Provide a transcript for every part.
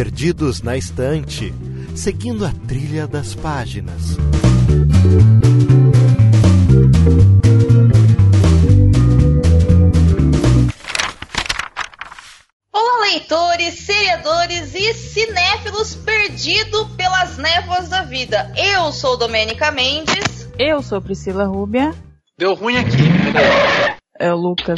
Perdidos na Estante, seguindo a trilha das páginas. Olá, leitores, seriadores e cinéfilos perdidos pelas névoas da vida. Eu sou Domênica Mendes. Eu sou Priscila Rúbia. Deu ruim aqui. É o Lucas.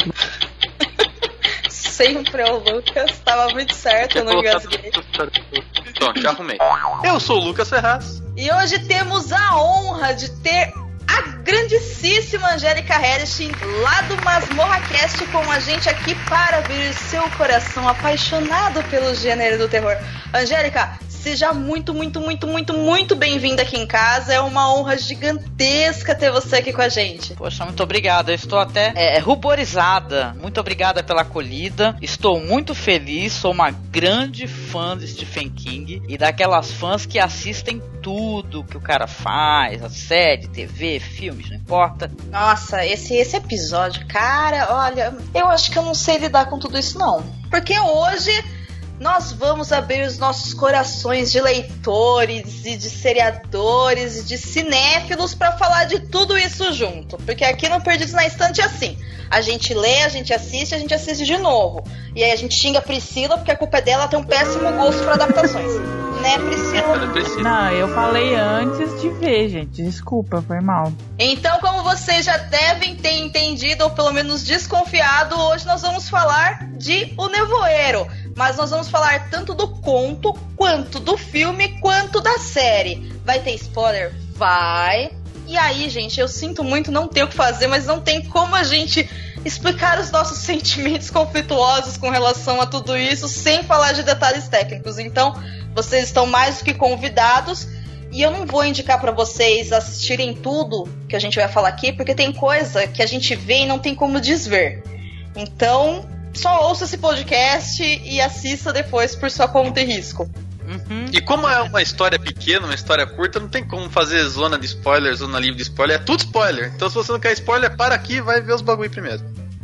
Sempre é o Lucas. Tava muito certo, eu não engasguei. Pronto, já arrumei. Eu sou o Lucas Ferraz. E hoje temos a honra de ter a grandíssima Angélica Herichen lá do MasmorraCast com a gente aqui para abrir seu coração apaixonado pelo gênero do terror. Angélica, seja muito bem-vinda aqui em casa. É uma honra gigantesca ter você aqui com a gente. Poxa, muito obrigado. Eu estou até ruborizada. Muito obrigada pela acolhida. Estou muito feliz. Sou uma grande fã de Stephen King e daquelas fãs que assistem tudo que o cara faz, a série, TV, filmes, não importa. Nossa, esse episódio, cara, olha, eu acho que eu não sei lidar com tudo isso não. Porque hoje nós vamos abrir os nossos corações de leitores e de seriadores e de cinéfilos para falar de tudo isso junto. Porque aqui no Perdidos na Estante é assim. A gente lê, a gente assiste de novo. E aí a gente xinga a Priscila porque a culpa é dela, ela tem um péssimo gosto para adaptações. Né, Priscila? Não, eu falei antes de ver, gente. Desculpa, foi mal. Então, como vocês já devem ter entendido, ou pelo menos desconfiado, hoje nós vamos falar de O Nevoeiro. Mas nós vamos falar tanto do conto, quanto do filme, quanto da série. Vai ter spoiler? Vai. E aí, gente, eu sinto muito, não ter o que fazer, mas não tem como a gente explicar os nossos sentimentos conflituosos com relação a tudo isso sem falar de detalhes técnicos. Então, vocês estão mais do que convidados. E eu não vou indicar pra vocês assistirem tudo que a gente vai falar aqui, porque tem coisa que a gente vê e não tem como desver. Então, só ouça esse podcast e assista depois por sua conta e risco. Uhum. E como é uma história pequena, uma história curta, não tem como fazer zona de spoiler, zona livre de spoiler, é tudo spoiler. Então se você não quer spoiler, para aqui e vai ver os bagulho primeiro.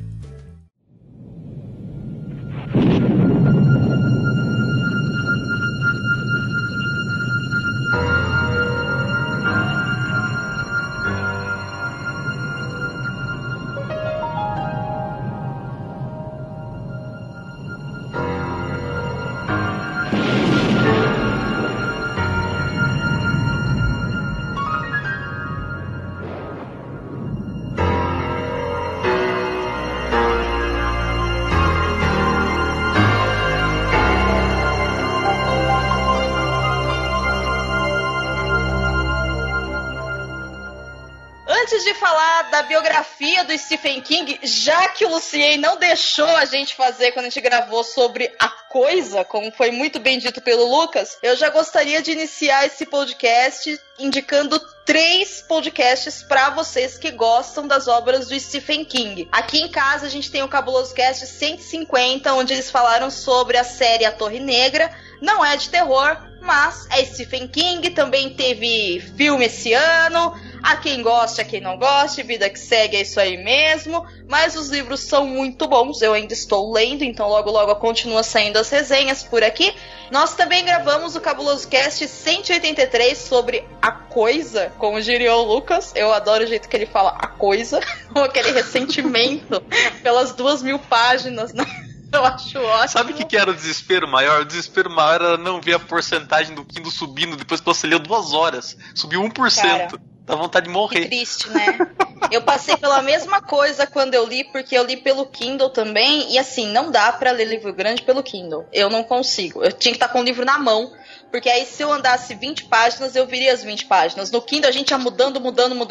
Antes de falar da biografia do Stephen King, já que o Lucien não deixou a gente fazer quando a gente gravou sobre A Coisa, como foi muito bem dito pelo Lucas, eu já gostaria de iniciar esse podcast indicando 3 podcasts para vocês que gostam das obras do Stephen King. Aqui em casa a gente tem o Cabuloso Cast 150, onde eles falaram sobre a série A Torre Negra. Não é de terror, mas é Stephen King, também teve filme esse ano. A quem gosta, a quem não gosta, vida que segue, é isso aí mesmo. Mas os livros são muito bons, eu ainda estou lendo, então logo logo continua saindo as resenhas por aqui. Nós também gravamos o Cabuloso Cast 183 sobre A Coisa, como diria o Lucas. Eu adoro o jeito que ele fala A Coisa, com aquele ressentimento pelas 2.000 páginas, né? Eu acho ótimo. Sabe o que era o desespero maior? O desespero maior era não ver a porcentagem do Kindle subindo depois que você leu 2 horas. Subiu 1%. Cara, dá vontade de morrer. Que triste, né? Eu passei pela mesma coisa quando eu li, porque eu li pelo Kindle também. E assim, não dá pra ler livro grande pelo Kindle. Eu não consigo. Eu tinha que estar com o livro na mão. Porque aí se eu andasse 20 páginas, eu viria as 20 páginas. No Kindle a gente ia mudando.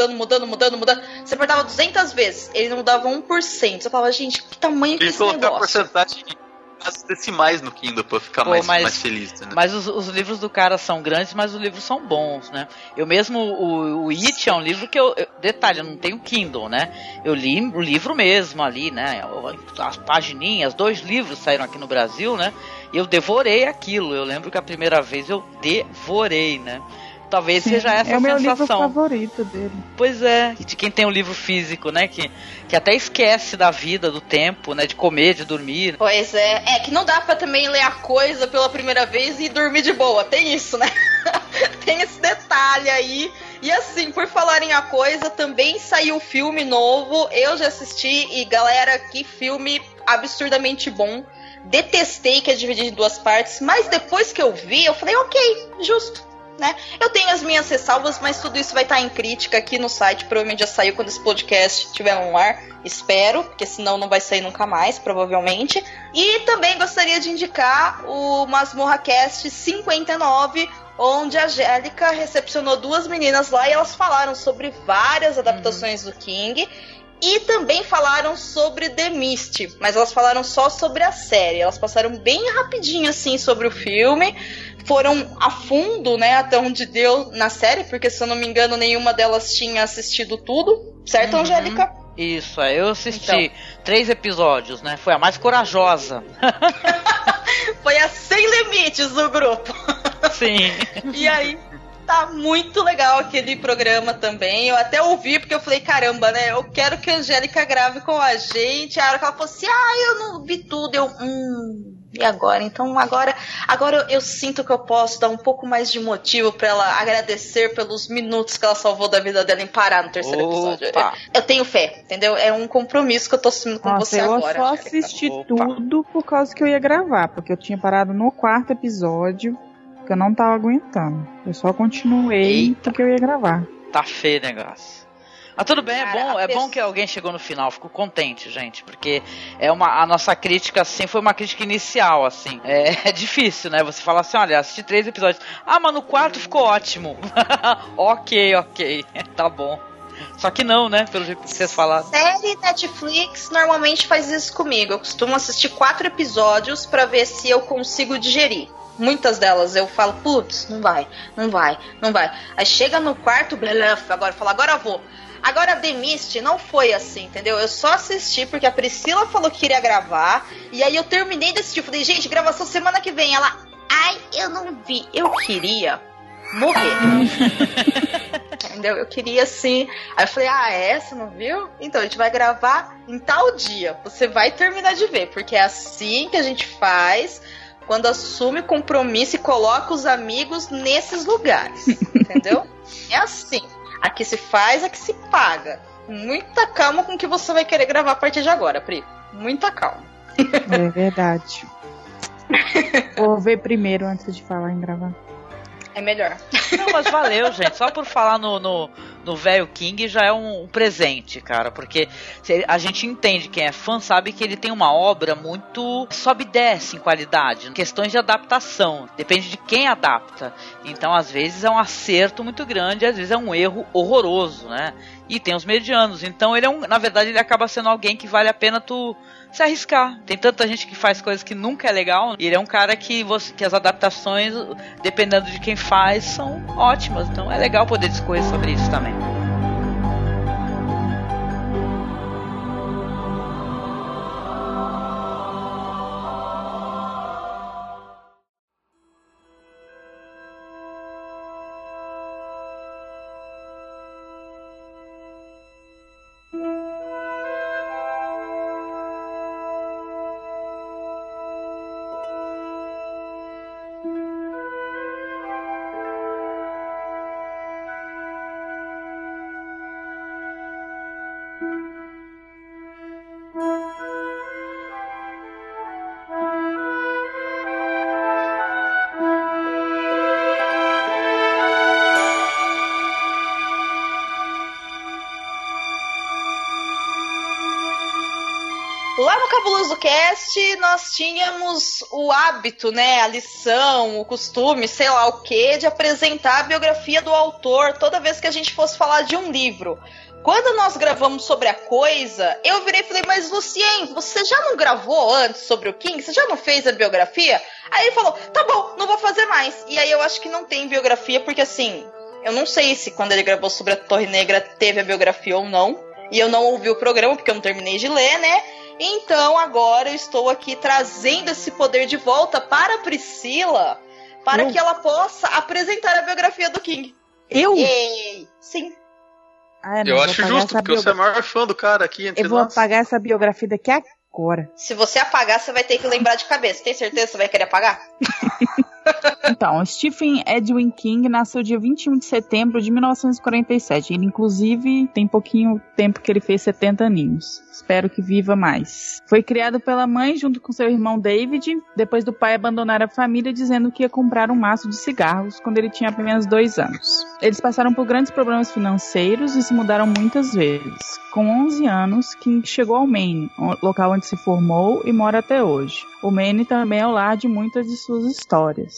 Você apertava 200 vezes, ele não mudava 1%. Você falava, gente, que tamanho que é esse negócio? Ele colocou a porcentagem as decimais no Kindle pra ficar mais feliz, né? Mas os livros do cara são grandes, mas os livros são bons, né? Eu mesmo, o It é um livro que detalhe, eu não tenho Kindle, né? Eu li o livro mesmo ali, né? As pagininhas, 2 livros saíram aqui no Brasil, né? E eu devorei aquilo. Eu lembro que a primeira vez eu devorei, né? Talvez seja essa é a o meu sensação. livro favorito dele. Pois é, de quem tem um livro físico, né? Que até esquece da vida, do tempo, né? De comer, de dormir. Pois é. É que não dá pra também ler a coisa pela primeira vez e dormir de boa. Tem isso, né? Tem esse detalhe aí. E assim, por falarem a coisa, também saiu o filme novo. Eu já assisti e, galera, que filme absurdamente bom. Detestei que é dividido em 2 partes, mas depois que eu vi, eu falei, ok, justo, né? Eu tenho as minhas ressalvas, mas tudo isso vai estar em crítica aqui no site. Provavelmente já saiu quando esse podcast estiver no ar. Espero, porque senão não vai sair nunca mais, provavelmente. E também gostaria de indicar o Masmorra Cast 59, onde a Angélica recepcionou 2 meninas lá e elas falaram sobre várias adaptações do King. E também falaram sobre The Mist, mas elas falaram só sobre a série. Elas passaram bem rapidinho, assim, sobre o filme. Foram a fundo, né, até onde deu na série, porque, se eu não me engano, nenhuma delas tinha assistido tudo. Certo, Angélica? Isso, eu assisti 3 episódios, né? Foi a mais corajosa. Foi a sem limites do grupo. Sim. E aí... tá muito legal aquele programa também. Eu até ouvi, porque eu falei, caramba, né? Eu quero que a Angélica grave com a gente. A hora que ela falou assim, eu não vi tudo. E agora? Então agora eu sinto que eu posso dar um pouco mais de motivo pra ela agradecer pelos minutos que ela salvou da vida dela em parar no 3º episódio. Eu tenho fé, entendeu? É um compromisso que eu tô assumindo com você agora. Eu só assisti tudo por causa que eu ia gravar, porque eu tinha parado no 4º episódio. Eu não tava aguentando. Eu só continuei porque eu ia gravar. Tá feio o negócio. Mas tudo bem, é bom que alguém chegou no final. Fico contente, gente, porque a nossa crítica, assim, foi uma crítica inicial, assim. É difícil, né? Você fala assim, olha, assisti 3 episódios. Mas no 4º ficou ótimo. Ok, tá bom. Só que não, né? Pelo jeito que vocês falaram. Série Netflix normalmente faz isso comigo. Eu costumo assistir 4 episódios pra ver se eu consigo digerir. Muitas delas eu falo, putz, não vai. Aí chega no 4º, agora eu vou. Agora The Mist não foi assim, entendeu? Eu só assisti porque a Priscila falou que queria gravar. E aí eu terminei de assistir. Falei, gente, gravação semana que vem. Ela, eu não vi. Eu queria morrer. Entendeu? Eu queria assim. Aí eu falei, você não viu? Então a gente vai gravar em tal dia. Você vai terminar de ver, porque é assim que a gente faz quando assume compromisso e coloca os amigos nesses lugares. Entendeu? É assim. Aqui se faz, aqui se paga. Muita calma com o que você vai querer gravar a partir de agora, Pri. Muita calma. É verdade. Vou ver primeiro antes de falar em gravar. É melhor. Não, mas valeu, gente. Só por falar no velho King já é um presente, cara. Porque a gente entende, quem é fã sabe que ele tem uma obra muito sobe e desce em qualidade. Questões de adaptação. Depende de quem adapta. Então, às vezes, é um acerto muito grande, às vezes é um erro horroroso, né? E tem os medianos. Então, ele na verdade, ele acaba sendo alguém que vale a pena tu se arriscar. Tem tanta gente que faz coisas que nunca é legal. E ele é um cara que as adaptações, dependendo de quem faz, são ótimas. Então é legal poder discorrer sobre isso também. Lá no Cabuloso Cast, nós tínhamos o hábito, né, a lição, o costume, sei lá o que, de apresentar a biografia do autor toda vez que a gente fosse falar de um livro. Quando nós gravamos sobre a coisa, eu virei e falei, mas Lucien, você já não gravou antes sobre o King? Você já não fez a biografia? Aí ele falou, tá bom, não vou fazer mais. E aí eu acho que não tem biografia, porque assim, eu não sei se quando ele gravou sobre a Torre Negra teve a biografia ou não. E eu não ouvi o programa, porque eu não terminei de ler, né? Então agora eu estou aqui trazendo esse poder de volta para a Priscila, para que ela possa apresentar a biografia do King. Eu? Ei, sim. Eu acho justo, porque você é o maior fã do cara aqui entre Eu vou nós. apagar essa biografia daqui agora. Se você apagar, você vai ter que lembrar de cabeça. Tem certeza que você vai querer apagar? Então, Stephen Edwin King nasceu dia 21 de setembro de 1947. Ele, inclusive, tem pouquinho tempo que ele fez 70 aninhos. Espero que viva mais. Foi criado pela mãe junto com seu irmão David, depois do pai abandonar a família dizendo que ia comprar um maço de cigarros quando ele tinha apenas 2 anos. Eles passaram por grandes problemas financeiros e se mudaram muitas vezes. Com 11 anos, King chegou ao Maine, local onde se formou e mora até hoje. O Maine também é o lar de muitas de suas histórias.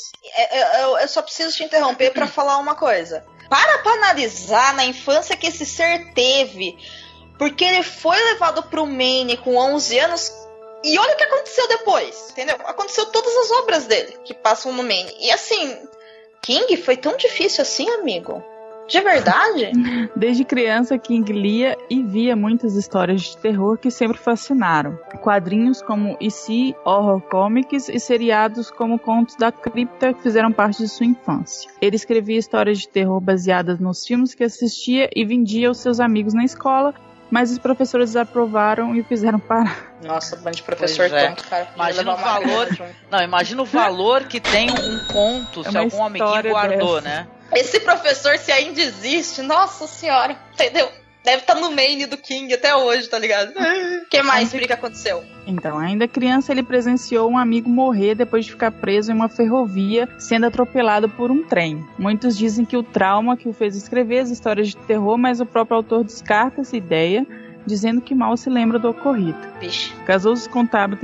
Eu só preciso te interromper pra falar uma coisa. Para analisar na infância que esse ser teve, porque ele foi levado pro Maine com 11 anos e olha o que aconteceu depois, entendeu? Aconteceu todas as obras dele que passam no Maine. E assim, King foi tão difícil assim, amigo? De verdade? Desde criança, King lia e via muitas histórias de terror que sempre fascinaram. Quadrinhos como E.C., Horror Comics e seriados como Contos da Cripta fizeram parte de sua infância. Ele escrevia histórias de terror baseadas nos filmes que assistia e vendia aos seus amigos na escola, mas os professores desaprovaram e o fizeram parar. Nossa, bando de professor tonto, cara. Imagina o valor. Não, imagina o valor que tem um conto, se algum amiguinho guardou, né? Esse professor, se ainda existe, nossa senhora, entendeu? Deve estar no Maine do King até hoje, tá ligado? O que mais que aconteceu? Então, ainda criança, ele presenciou um amigo morrer depois de ficar preso em uma ferrovia, sendo atropelado por um trem. Muitos dizem que o trauma que o fez escrever as histórias de terror, mas o próprio autor descarta essa ideia, dizendo que mal se lembra do ocorrido. Vixe. Casou-se com Tabitha em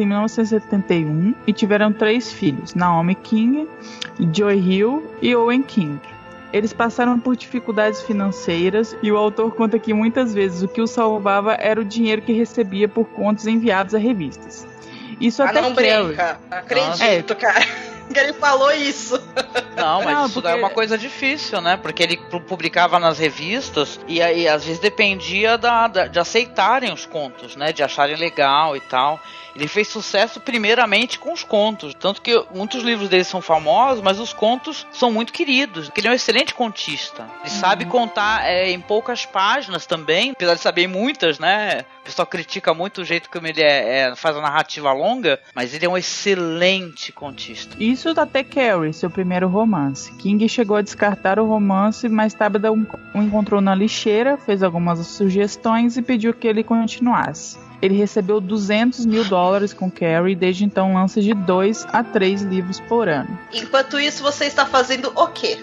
1971 e tiveram 3 filhos, Naomi King, Joy Hill e Owen King. Eles passaram por dificuldades financeiras e o autor conta que muitas vezes o que o salvava era o dinheiro que recebia por contos enviados a revistas. Isso até não brinca. Acredito, cara. Que ele falou isso. Não, mas isso é uma coisa difícil, né? Porque ele publicava nas revistas e aí às vezes dependia de aceitarem os contos, né? De acharem legal e tal. Ele fez sucesso primeiramente com os contos. Tanto que muitos livros dele são famosos, mas os contos são muito queridos. Porque ele é um excelente contista. Ele sabe contar em poucas páginas também. Apesar de saber muitas, né? O pessoal critica muito o jeito como ele faz a narrativa longa. Mas ele é um excelente contista. Isso até Carrie, seu primeiro romance. King chegou a descartar o romance, mas Tabitha o encontrou na lixeira, fez algumas sugestões e pediu que ele continuasse. Ele recebeu $200 mil com Carrie e desde então lança de 2 a 3 livros por ano. Enquanto isso, você está fazendo o quê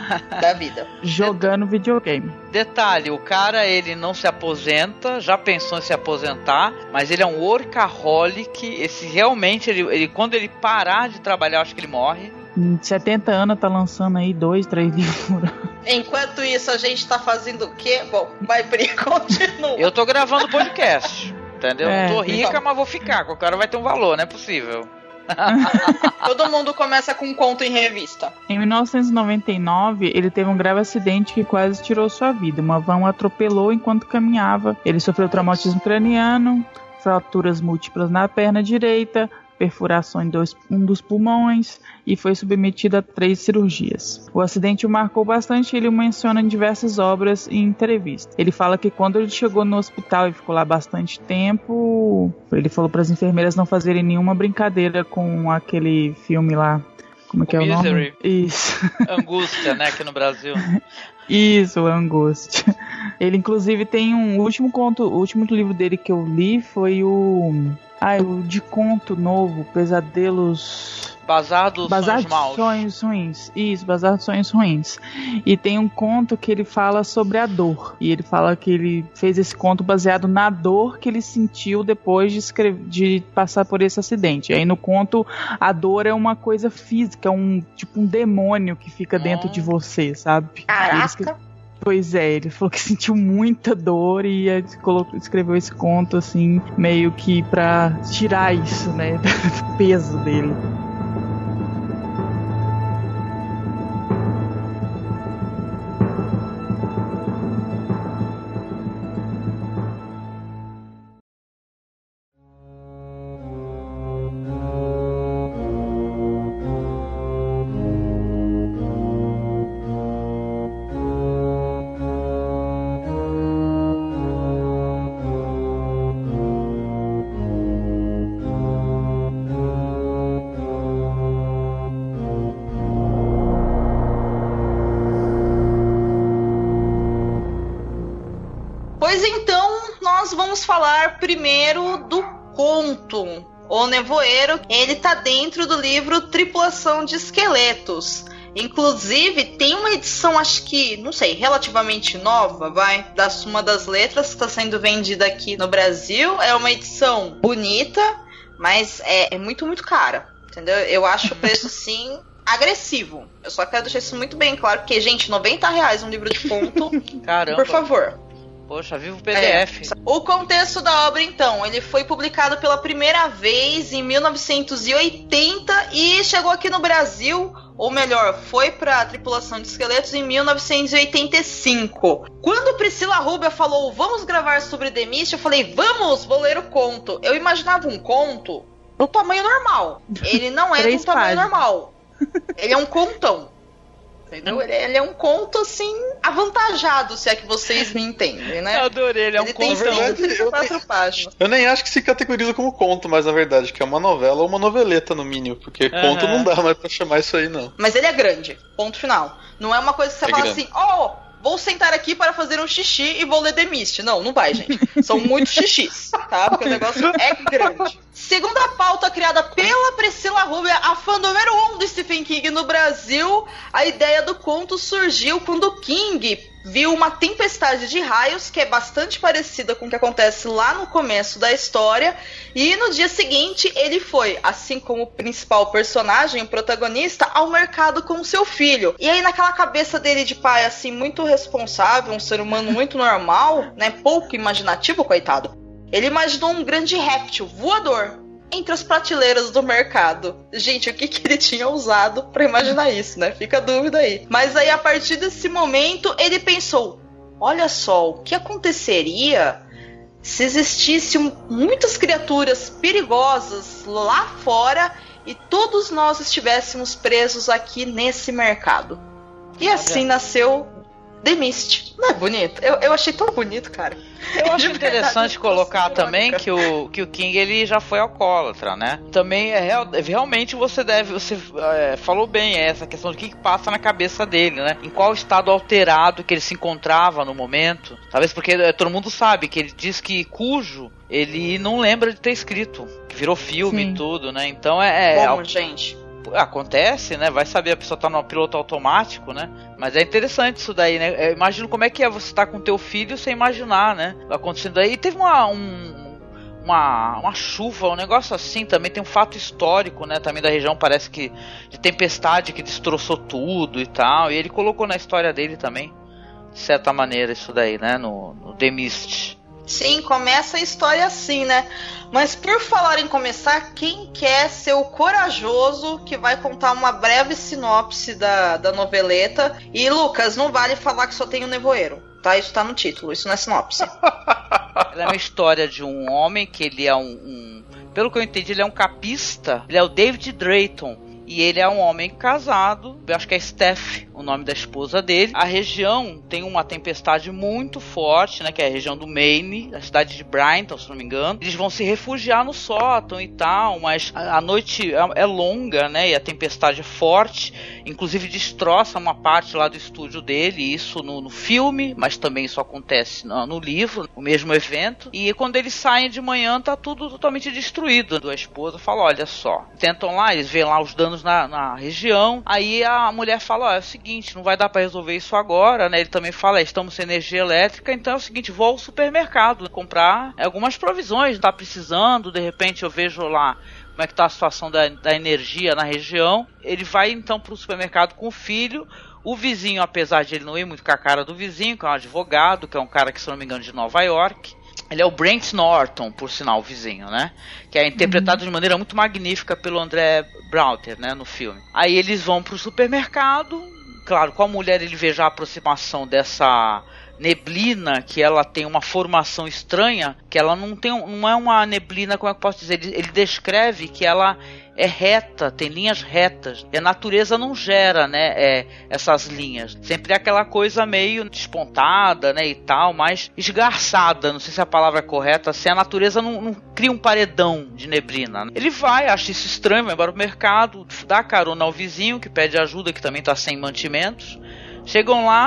da vida? Jogando videogame. Detalhe, o cara, ele não se aposenta, já pensou em se aposentar, mas ele é um workaholic. Esse realmente, ele quando ele parar de trabalhar, acho que ele morre. Em 70 anos tá lançando aí 2, 3 livros por ano. Enquanto isso, a gente tá fazendo o quê? Bom, vai Pri, continua. Eu tô gravando podcast, entendeu? Não tô rica, então. Mas vou ficar, qualquer hora vai ter um valor, não é possível. Todo mundo começa com um conto em revista. Em 1999, ele teve um grave acidente que quase tirou sua vida. Uma van o atropelou enquanto caminhava. Ele sofreu traumatismo craniano, fraturas múltiplas na perna direita, perfuração em um dos pulmões e foi submetido a 3 cirurgias. O acidente o marcou bastante e ele o menciona em diversas obras e entrevistas. Ele fala que quando ele chegou no hospital e ficou lá bastante tempo, ele falou para as enfermeiras não fazerem nenhuma brincadeira com aquele filme lá. Como é que é o nome? Isso. Angústia, né, aqui no Brasil. Isso, Angústia. Ele inclusive tem o último livro dele que eu li foi o de conto novo, Pesadelos... Bazar dos Sonhos Maus. Sonhos Ruins. Isso, Bazar dos Sonhos Ruins. E tem um conto que ele fala sobre a dor. E ele fala que ele fez esse conto baseado na dor que ele sentiu depois de passar por esse acidente. E aí no conto, a dor é uma coisa física, tipo um demônio que fica dentro de você, sabe? Caraca! Pois é, ele falou que sentiu muita dor e escreveu esse conto assim, meio que pra tirar isso, né, do peso dele. Pois então, nós vamos falar primeiro do conto O Nevoeiro. Ele tá dentro do livro Tripulação de Esqueletos. Inclusive, tem uma edição, acho que, não sei, relativamente nova, uma das letras que está sendo vendida aqui no Brasil. É uma edição bonita, mas é muito, muito cara, entendeu? Eu acho o preço, assim, agressivo. Eu só quero deixar isso muito bem claro, porque, gente, R$90 um livro de conto. Caramba. Por favor. Poxa, viva o PDF. O contexto da obra, então, ele foi publicado pela primeira vez em 1980 e chegou aqui no Brasil, ou melhor, foi para a Tripulação de Esqueletos em 1985. Quando Priscila Rubia falou, vamos gravar sobre The Mist, eu falei, vou ler o conto. Eu imaginava um conto do tamanho normal. Ele não é do tamanho normal. Ele é um contão. Entendeu? Ele é um conto, assim, avantajado, se é que vocês me entendem, né? Eu adorei, ele é um conto. Tem 34 páginas. Eu nem acho que se categoriza como conto, mas na verdade, que é uma novela ou uma noveleta, no mínimo. Porque conto não dá mais pra chamar isso aí, não. Mas ele é grande, ponto final. Não é uma coisa que você fala grande. assim, vou sentar aqui para fazer um xixi e vou ler The Mist. Não vai, gente. São muitos xixis, tá? Porque o negócio é grande. Segundo a pauta criada pela Priscila Rubia, a fã número 1 do Stephen King no Brasil, a ideia do conto surgiu quando King viu uma tempestade de raios, que é bastante parecida com o que acontece lá no começo da história, e no dia seguinte ele foi, assim como o principal personagem, o protagonista, ao mercado com seu filho. E aí naquela cabeça dele de pai, assim, muito responsável, um ser humano muito normal, né, pouco imaginativo, coitado, ele imaginou um grande réptil voador entre as prateleiras do mercado. Gente, o que ele tinha usado pra imaginar isso, né? Fica a dúvida aí. Mas aí, a partir desse momento, ele pensou, olha só, o que aconteceria se existissem muitas criaturas perigosas lá fora e todos nós estivéssemos presos aqui nesse mercado? E assim nasceu The Mist. Não é bonito? Eu achei tão bonito, cara. Eu acho interessante colocar também que o King, ele já foi alcoólatra, né? Também realmente você falou bem, essa questão de o que passa na cabeça dele, né? Em qual estado alterado que ele se encontrava no momento. Talvez porque todo mundo sabe que ele diz que Cujo, ele não lembra de ter escrito, que virou filme e tudo, né? Então Bom, gente, acontece, né? Vai saber, a pessoa tá no piloto automático, né? Mas é interessante isso daí, né? Eu imagino como é que é você estar com teu filho sem imaginar, né? Acontecendo aí. E teve uma chuva, um negócio assim, também tem um fato histórico, né? Também da região, parece que de tempestade que destroçou tudo e tal. E ele colocou na história dele também, de certa maneira, isso daí, né? No The Mist. Sim, começa a história assim, né? Mas por falar em começar, quem quer ser o corajoso que vai contar uma breve sinopse da noveleta? E, Lucas, não vale falar que só tem um nevoeiro, tá? Isso tá no título, isso não é sinopse. Ela é uma história de um homem que ele é pelo que eu entendi, ele é um capista. Ele é o David Drayton. E ele é um homem casado, eu acho que é Steph, o nome da esposa dele. A região tem uma tempestade muito forte, né, que é a região do Maine, a cidade de Brighton, se não me engano. Eles vão se refugiar no sótão e tal, mas a noite é longa, né, e a tempestade é forte. Inclusive destroça uma parte lá do estúdio dele, isso no filme, mas também isso acontece no livro, o mesmo evento. E quando eles saem de manhã, tá tudo totalmente destruído. A esposa fala, olha só, tentam lá, eles veem lá os danos na região. Aí a mulher fala, é o seguinte, não vai dar pra resolver isso agora, né? Ele também fala, estamos sem energia elétrica, então é o seguinte, vou ao supermercado comprar algumas provisões, tá precisando, de repente eu vejo lá como é que tá a situação da energia na região. Ele vai então pro supermercado com o filho. O vizinho, apesar de ele não ir muito com a cara do vizinho, que é um advogado, que é um cara que, se não me engano, de Nova York, ele é o Brent Norton, por sinal, o vizinho, né? Que é interpretado de maneira muito magnífica pelo André Brauter, né? No filme. Aí eles vão pro supermercado. Claro, com a mulher ele vê já a aproximação dessa neblina, que ela tem uma formação estranha, que ela não é uma neblina, como é que eu posso dizer? Ele descreve que ela é reta, tem linhas retas. E a natureza não gera, né, essas linhas. Sempre é aquela coisa meio despontada, né, e tal, mais esgarçada, não sei se a palavra é correta, assim, a natureza não cria um paredão de neblina. Ele vai, acha isso estranho, vai embora pro mercado, dá carona ao vizinho, que pede ajuda, que também tá sem mantimentos. Chegam lá,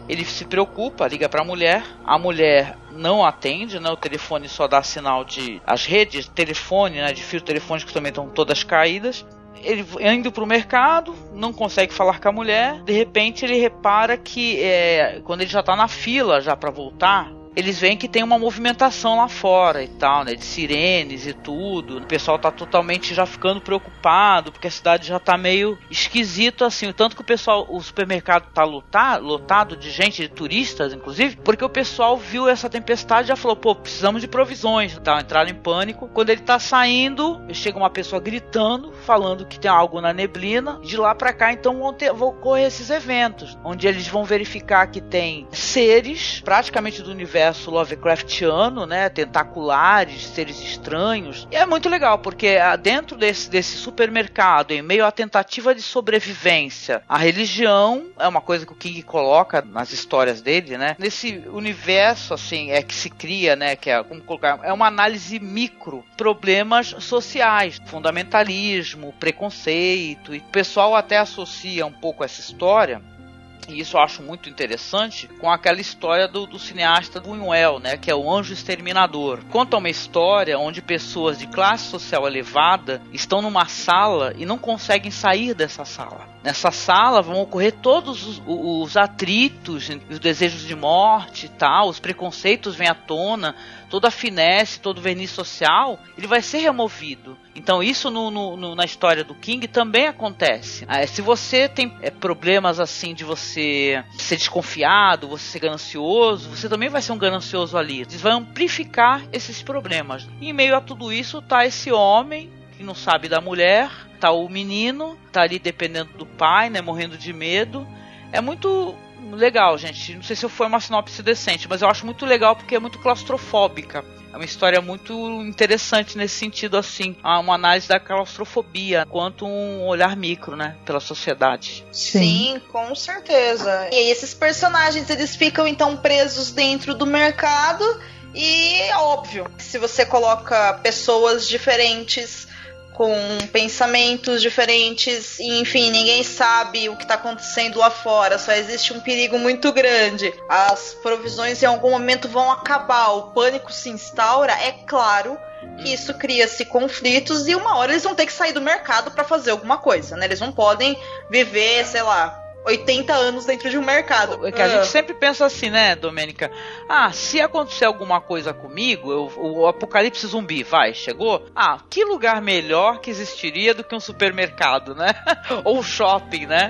Ele se preocupa, liga pra mulher, a mulher não atende, né? O telefone só dá sinal de... As redes de telefone, né? De fio telefônico também estão todas caídas. Ele indo pro mercado, não consegue falar com a mulher. De repente ele repara que quando ele já tá na fila já pra voltar, eles veem que tem uma movimentação lá fora e tal, né? De sirenes e tudo. O pessoal tá totalmente já ficando preocupado, porque a cidade já tá meio esquisito assim. Tanto que o supermercado tá lotado de gente, de turistas, inclusive, porque o pessoal viu essa tempestade e já falou, pô, precisamos de provisões e tal. Entraram em pânico. Quando ele tá saindo, chega uma pessoa gritando, falando que tem algo na neblina. De lá pra cá, então, vão ocorrer esses eventos, onde eles vão verificar que tem seres, praticamente do universo Lovecraftiano, né, tentaculares, seres estranhos. E é muito legal, porque dentro desse supermercado, em meio à tentativa de sobrevivência, a religião é uma coisa que o King coloca nas histórias dele, né, nesse universo, assim, que se cria, né, que como colocar, é uma análise micro, problemas sociais, fundamentalismo, preconceito, e o pessoal até associa um pouco essa história, e isso eu acho muito interessante, com aquela história do cineasta Buñuel, né, que é o Anjo Exterminador. Conta uma história onde pessoas de classe social elevada estão numa sala e não conseguem sair dessa sala. Nessa sala vão ocorrer todos os atritos, os desejos de morte e tal, os preconceitos vêm à tona, toda a finesse, todo o verniz social, ele vai ser removido. Então isso na história do King também acontece. Se você tem problemas assim de você ser desconfiado, você ser ganancioso, você também vai ser um ganancioso ali. Eles vão amplificar esses problemas. E em meio a tudo isso tá esse homem que não sabe da mulher, tá o menino, tá ali dependendo do pai, né, morrendo de medo. É muito legal, gente. Não sei se foi uma sinopse decente, mas eu acho muito legal porque é muito claustrofóbica. É uma história muito interessante nesse sentido, assim. Uma análise da claustrofobia, quanto um olhar micro, né, pela sociedade. Sim, com certeza. E esses personagens, eles ficam então presos dentro do mercado e é óbvio, se você coloca pessoas diferentes, com pensamentos diferentes, e, enfim, ninguém sabe o que está acontecendo lá fora, só existe um perigo muito grande, as provisões em algum momento vão acabar, o pânico se instaura, é claro que isso cria-se conflitos e uma hora eles vão ter que sair do mercado para fazer alguma coisa, né? Eles não podem viver, sei lá, 80 anos dentro de um mercado. É que a gente sempre pensa assim, né, Domênica? Se acontecer alguma coisa comigo, o apocalipse zumbi, chegou? Que lugar melhor que existiria do que um supermercado, né? Ou um shopping, né?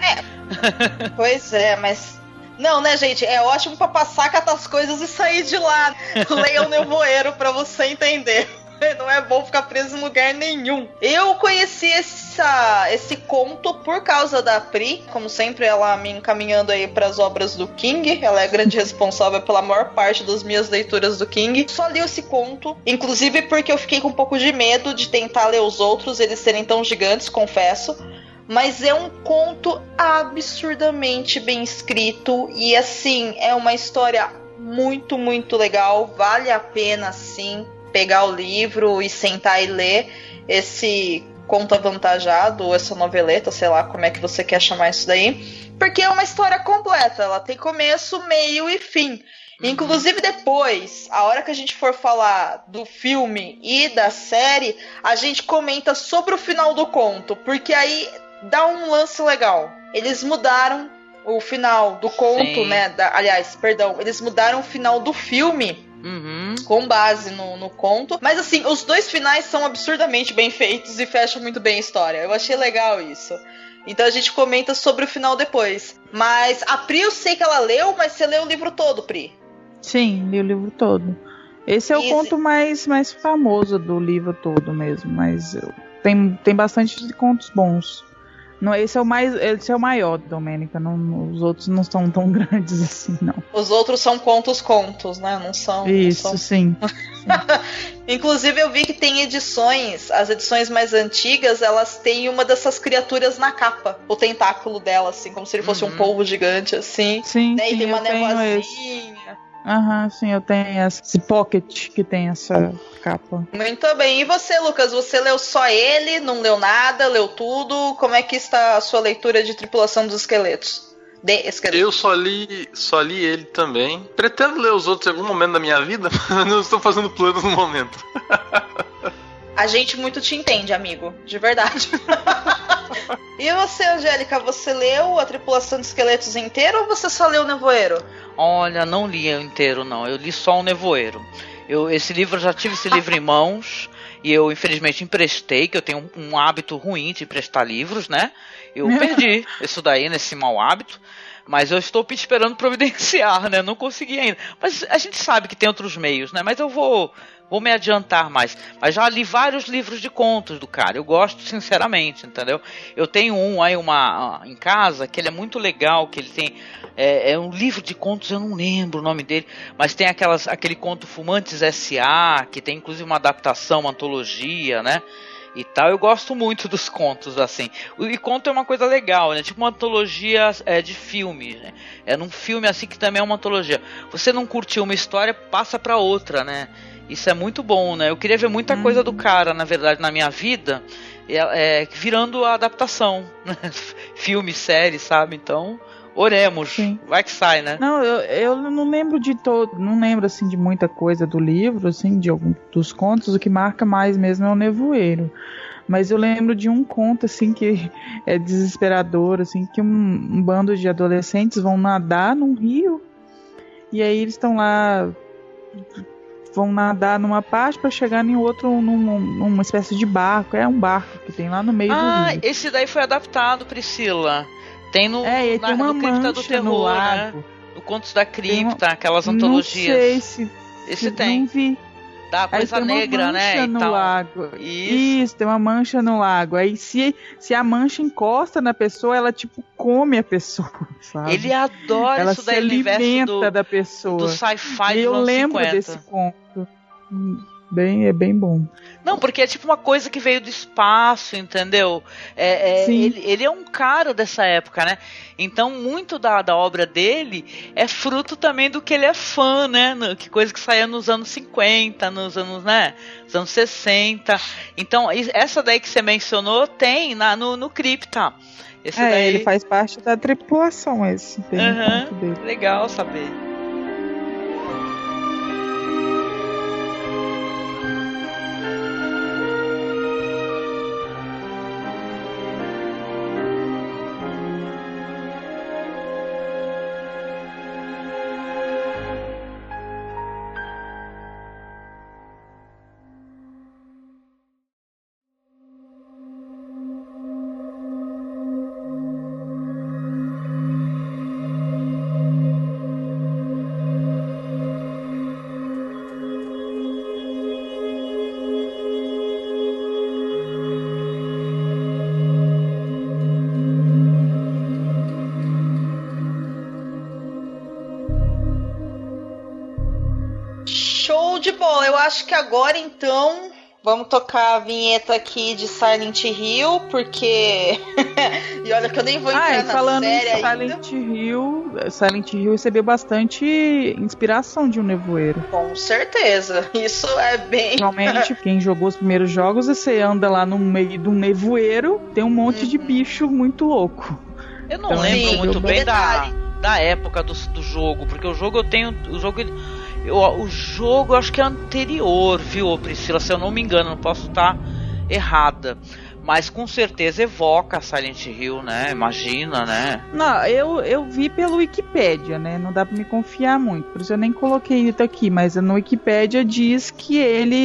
Pois é, mas... Não, né, gente? É ótimo pra passar, catar as coisas e sair de lá. Leia o Nevoeiro pra você entender. Não é bom ficar preso em lugar nenhum. Eu conheci esse conto por causa da Pri. Como sempre, ela me encaminhando aí pras obras do King. Ela é a grande responsável pela maior parte das minhas leituras do King. Só li esse conto, inclusive porque eu fiquei com um pouco de medo de tentar ler os outros, eles serem tão gigantes, confesso. Mas é um conto absurdamente bem escrito. E assim, é uma história muito, muito legal. Vale a pena, sim, pegar o livro e sentar e ler esse conto avantajado, ou essa noveleta, sei lá como é que você quer chamar isso daí, porque é uma história completa, ela tem começo, meio e fim. Inclusive depois, a hora que a gente for falar do filme e da série, a gente comenta sobre o final do conto, porque aí dá um lance legal. Eles mudaram o final do conto, sim, né? Eles mudaram o final do filme. Com base no conto. Mas assim, os dois finais são absurdamente bem feitos e fecham muito bem a história. Eu achei legal isso. Então a gente comenta sobre o final depois. Mas a Pri, eu sei que ela leu, mas você leu o livro todo, Pri? Sim, li o livro todo. Esse é o conto mais famoso do livro todo mesmo. Mas tem bastante contos bons. Não, esse é o maior, Domênica. Os outros não são tão grandes assim, não. Os outros são contos, né? Não são. Isso, não são... sim. Inclusive eu vi que tem edições, as edições mais antigas, elas têm uma dessas criaturas na capa, o tentáculo dela, assim, como se ele fosse um polvo gigante, assim. Sim, né? sim, e tem uma nevoazinha. Sim, eu tenho esse pocket que tem essa capa. Muito bem. E você, Lucas? Você leu só ele? Não leu nada? Leu tudo? Como é que está a sua leitura de Tripulação dos Esqueletos? Eu só li ele também. Pretendo ler os outros em algum momento da minha vida, mas não estou fazendo planos no momento. A gente muito te entende, amigo. De verdade. E você, Angélica, você leu A Tripulação de Esqueletos inteiro ou você só leu O Nevoeiro? Olha, não li inteiro, não. Eu li só O Nevoeiro. Eu já tive esse livro em mãos e eu, infelizmente, emprestei, que eu tenho um hábito ruim de emprestar livros, né? Eu perdi isso daí, nesse mau hábito. Mas eu estou esperando providenciar, né? Não consegui ainda. Mas a gente sabe que tem outros meios, né? Mas eu vou me adiantar mais. Mas já li vários livros de contos do cara. Eu gosto, sinceramente, entendeu? Eu tenho em casa, que ele é muito legal, que ele tem... É um livro de contos, eu não lembro o nome dele, mas tem aquele conto Fumantes S.A., que tem inclusive uma adaptação, uma antologia, né? E tal, eu gosto muito dos contos, assim. E conto é uma coisa legal, né? Tipo uma antologia de filme, né? É num filme assim que também é uma antologia. Você não curtiu uma história, passa pra outra, né? Isso é muito bom, né? Eu queria ver muita coisa do cara, na verdade, na minha vida, virando a adaptação, né? Filme, série, sabe? Então, oremos. Sim. Vai que sai, né? Não, eu não lembro não lembro, assim, de muita coisa do livro, assim, de algum dos contos. O que marca mais mesmo é O Nevoeiro. Mas eu lembro de um conto, assim, que é desesperador, assim, que um bando de adolescentes vão nadar num rio e aí eles estão lá... vão nadar numa parte para chegar em outro, numa espécie de barco. É um barco que tem lá no meio do rio. Ah, esse daí foi adaptado, Priscila. Tem no Cripta do Terror, no lago. Né? No Contos da Cripta, aquelas antologias. Não sei se esse tem. Não vi. Da coisa negra, né? No lago. Isso, tem uma mancha no lago. Aí se a mancha encosta na pessoa, ela tipo come a pessoa, sabe? Ele adora ela isso daí, o universo da pessoa. Do sci-fi dos eu anos lembro 50. Desse conto. É bem bom. Não, porque é tipo uma coisa que veio do espaço, entendeu? Ele é um cara dessa época, né? Então, muito da obra dele é fruto também do que ele é fã, né? Que coisa que saía nos anos 50, nos anos, né? Nos anos 60. Então, essa daí que você mencionou tem no Cripta. Esse daí... ele faz parte da tripulação, esse. Tem um ponto dele. Legal saber. De bola, eu acho que agora então vamos tocar a vinheta aqui de Silent Hill, porque e olha que eu nem vou entrar na falando série em Silent Hill recebeu bastante inspiração de Um Nevoeiro. Com certeza, isso é bem... Realmente, quem jogou os primeiros jogos, você anda lá no meio de um nevoeiro, tem um monte de bicho muito louco. Eu não lembro muito bem da época do jogo, porque o jogo o jogo eu acho que é anterior, viu, Priscila? Se eu não me engano, não posso estar errada. Mas com certeza evoca Silent Hill, né? Imagina, né? Não, eu vi pelo Wikipédia, né? Não dá pra me confiar muito. Por isso eu nem coloquei isso aqui. Mas no Wikipédia diz que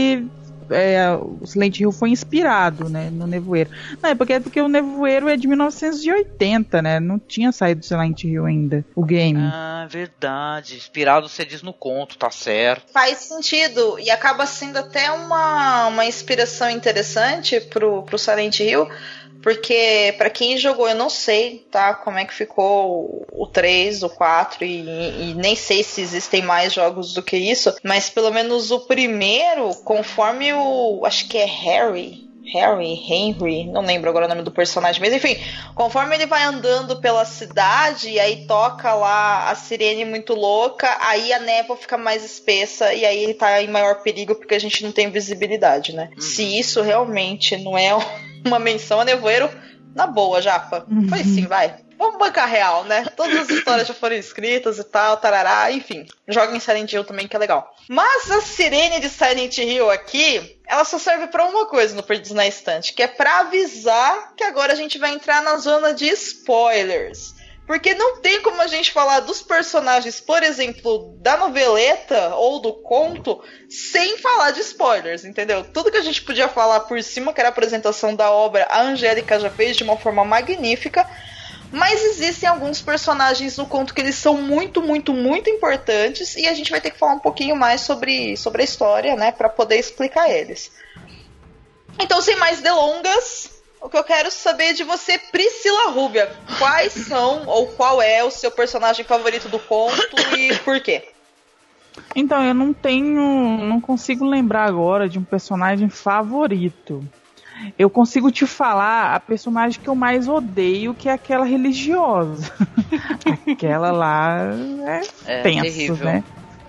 o Silent Hill foi inspirado, né, no Nevoeiro. Não, porque o Nevoeiro é de 1980, né? Não tinha saído Silent Hill ainda, o game. Ah, verdade. Inspirado, você diz no conto, tá certo. Faz sentido. E acaba sendo até uma inspiração interessante pro Silent Hill. Porque, pra quem jogou, eu não sei, tá, como é que ficou o 3, o 4, e nem sei se existem mais jogos do que isso, mas pelo menos o primeiro, conforme acho que é Henry, não lembro agora o nome do personagem, mas enfim, conforme ele vai andando pela cidade, e aí toca lá a sirene muito louca, aí a névoa fica mais espessa, e aí ele tá em maior perigo, porque a gente não tem visibilidade, né? Se isso realmente não é uma menção a nevoeiro, na boa, Japa. Foi sim, vai. Vamos bancar real, né? Todas as histórias já foram escritas e tal, tarará, enfim. Joga em Silent Hill também, que é legal. Mas a sirene de Silent Hill aqui, ela só serve pra uma coisa no Perdidos na Estante, que é pra avisar que agora a gente vai entrar na zona de spoilers. Porque não tem como a gente falar dos personagens, por exemplo, da noveleta ou do conto, sem falar de spoilers, entendeu? Tudo que a gente podia falar por cima, que era a apresentação da obra, a Angélica já fez de uma forma magnífica. Mas existem alguns personagens no conto que eles são muito, muito, muito importantes, e a gente vai ter que falar um pouquinho mais sobre a história, né, para poder explicar eles. Então, sem mais delongas, o que eu quero saber de você, Priscila Rúbia, quais são ou qual é o seu personagem favorito do conto e por quê? Então, eu não consigo lembrar agora de um personagem favorito. Eu consigo te falar a personagem que eu mais odeio, que é aquela religiosa. Aquela lá é tenso, terrível, né?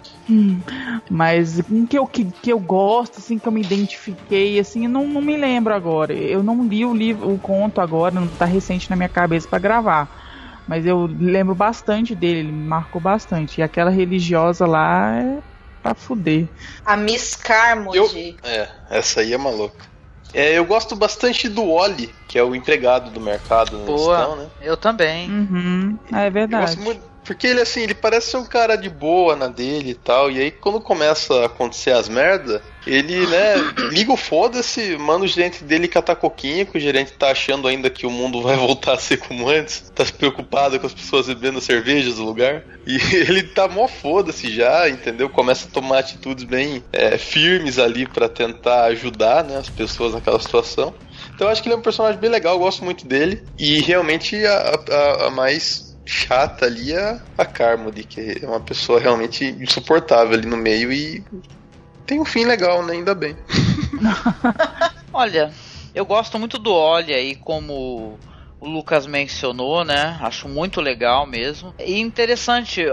Mas um que eu gosto, assim, que eu me identifiquei, assim, não me lembro agora. Eu não li o conto agora, não tá recente na minha cabeça pra gravar. Mas eu lembro bastante dele, ele me marcou bastante. E aquela religiosa lá é pra fuder. A Miss Carmody. Essa aí é maluca. Eu gosto bastante do Oli, que é o empregado do mercado no Estão, né? Eu também. Uhum, é verdade. Eu gosto muito, porque ele, assim, ele parece ser um cara de boa na dele e tal, e aí quando começa a acontecer as merda, ele, né, liga o foda-se, manda o gerente dele catar coquinha, que o gerente tá achando ainda que o mundo vai voltar a ser como antes, tá preocupado com as pessoas bebendo cervejas do lugar, e ele tá mó foda-se já, entendeu? Começa a tomar atitudes bem firmes ali pra tentar ajudar, né, as pessoas naquela situação. Então eu acho que ele é um personagem bem legal, eu gosto muito dele, e realmente a mais chata ali é a Carmody, que é uma pessoa realmente insuportável ali no meio e tem um fim legal, né? Ainda bem. Olha, eu gosto muito do Oli aí, como o Lucas mencionou, né? Acho muito legal mesmo. E interessante,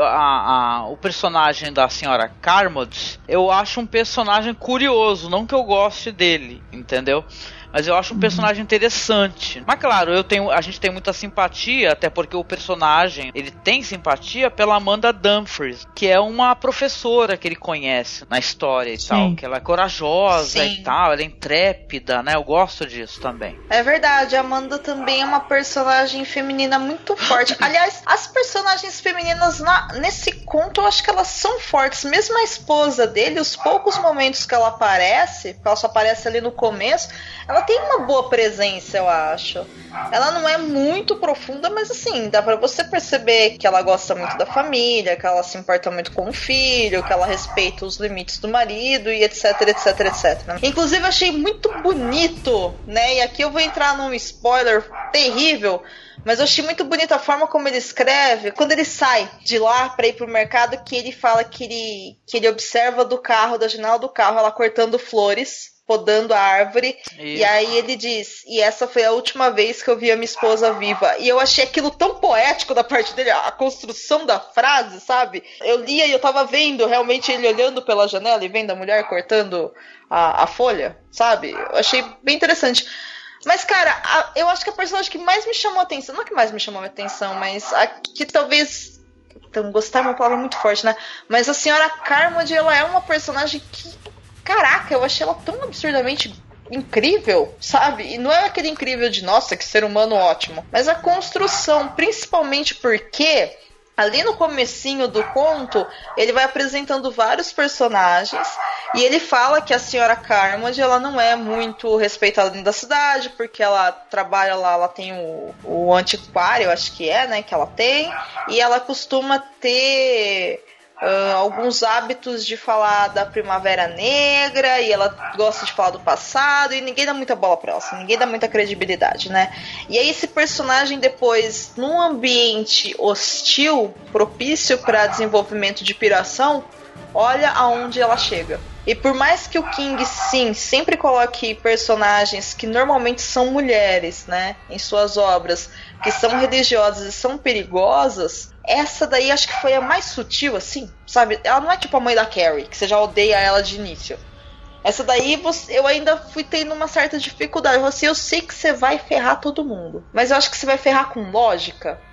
o personagem da senhora Carmody, eu acho um personagem curioso, não que eu goste dele, entendeu? Mas eu acho um personagem interessante. Mas claro, a gente tem muita simpatia, até porque o personagem, ele tem simpatia pela Amanda Dumfries, que é uma professora que ele conhece na história e tal, que ela é corajosa e tal, ela é intrépida, né? Eu gosto disso também. É verdade, a Amanda também é uma personagem feminina muito forte. Aliás, as personagens femininas nesse conto, eu acho que elas são fortes. Mesmo a esposa dele, os poucos momentos que ela aparece, porque ela só aparece ali no começo, ela tem uma boa presença, eu acho. Ela não é muito profunda, mas assim, dá pra você perceber que ela gosta muito da família, que ela se importa muito com o filho, que ela respeita os limites do marido e etc, etc, etc. Inclusive, eu achei muito bonito, né? E aqui eu vou entrar num spoiler terrível, mas eu achei muito bonita a forma como ele escreve. Quando ele sai de lá pra ir pro mercado, que ele fala que ele observa do carro, da janela do carro, ela cortando flores, podando a árvore, e aí ele diz, e essa foi a última vez que eu vi a minha esposa viva. E eu achei aquilo tão poético da parte dele, a construção da frase, sabe? Eu lia e eu tava vendo realmente ele olhando pela janela e vendo a mulher cortando a folha, sabe? Eu achei bem interessante. Mas, cara, eu acho que a personagem que mais me chamou a atenção, não que mais me chamou a atenção, mas a que talvez... Então, gostar é uma palavra muito forte, né? Mas a senhora Carmody, ela é uma personagem que... Caraca, eu achei ela tão absurdamente incrível, sabe? E não é aquele incrível de, nossa, que ser humano ótimo. Mas a construção, principalmente porque... Ali no comecinho do conto, ele vai apresentando vários personagens e ele fala que a senhora Carmody, ela não é muito respeitada dentro da cidade, porque ela trabalha lá, ela tem o antiquário, eu acho que é, né, que ela tem, e ela costuma ter... alguns hábitos de falar da Primavera Negra, e ela gosta de falar do passado, e ninguém dá muita bola pra ela, assim, ninguém dá muita credibilidade, né? E aí esse personagem depois, num ambiente hostil, propício para desenvolvimento de piração, olha aonde ela chega. E por mais que o King, sim, sempre coloque personagens que normalmente são mulheres, né, em suas obras, que são religiosas e são perigosas, essa daí acho que foi a mais sutil, assim, sabe? Ela não é tipo a mãe da Carrie, que você já odeia ela de início. Essa daí eu ainda fui tendo uma certa dificuldade. Eu sei que você vai ferrar todo mundo, mas eu acho que você vai ferrar com lógica.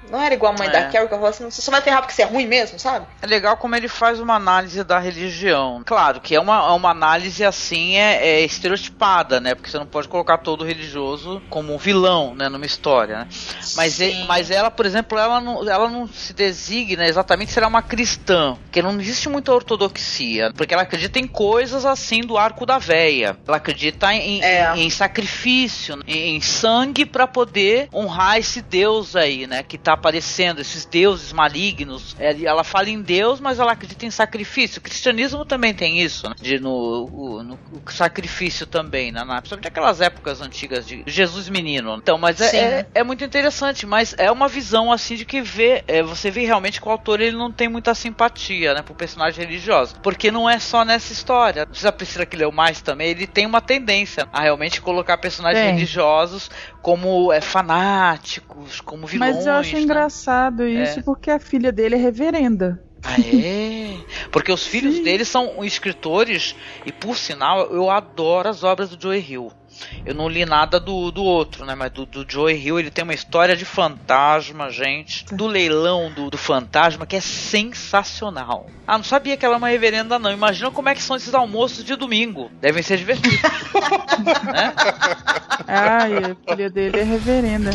Não era igual a mãe da Carrie, que eu falava assim, você só vai ferrar porque você é ruim mesmo, sabe? É legal como ele faz uma análise da religião. Claro que é uma análise assim, estereotipada, né? Porque você não pode colocar todo religioso como um vilão, né? Numa história, né? Mas ela, por exemplo, ela não se designa exatamente se ela é uma cristã, porque não existe muita ortodoxia, porque ela acredita em coisas assim do arco da véia. Ela acredita em sacrifício, em sangue para poder honrar esse Deus aí, né? Que tá aparecendo, esses deuses malignos. Ela fala em Deus, mas ela acredita em sacrifício. O cristianismo também tem isso, né? No sacrifício também, né? Principalmente aquelas épocas antigas de Jesus menino. Então, mas é muito interessante, mas é uma visão assim de que você vê realmente que o autor ele não tem muita simpatia, né, pro personagem religioso, porque não é só nessa história. A Priscila que leu mais também, ele tem uma tendência a realmente colocar personagens religiosos como fanáticos, como vilões. Mas eu acho engraçado isso, porque a filha dele é reverenda. Ah, é? Porque os filhos dele são escritores, e por sinal, eu adoro as obras do Joe Hill. Eu não li nada do outro, né? Mas do Joe Hill, ele tem uma história de fantasma, gente. Do leilão do fantasma, que é sensacional. Ah, não sabia que ela é uma reverenda, não. Imagina como é que são esses almoços de domingo. Devem ser divertidos. Né? Ai, a filha dele é reverenda.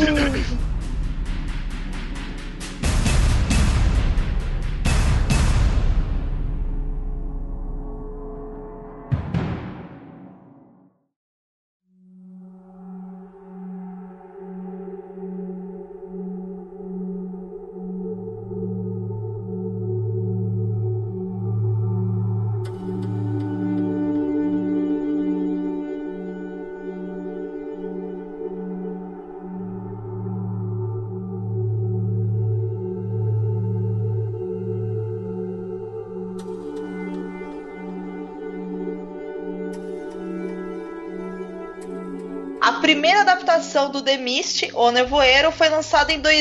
A primeira adaptação do The Mist, O Nevoeiro, foi lançada em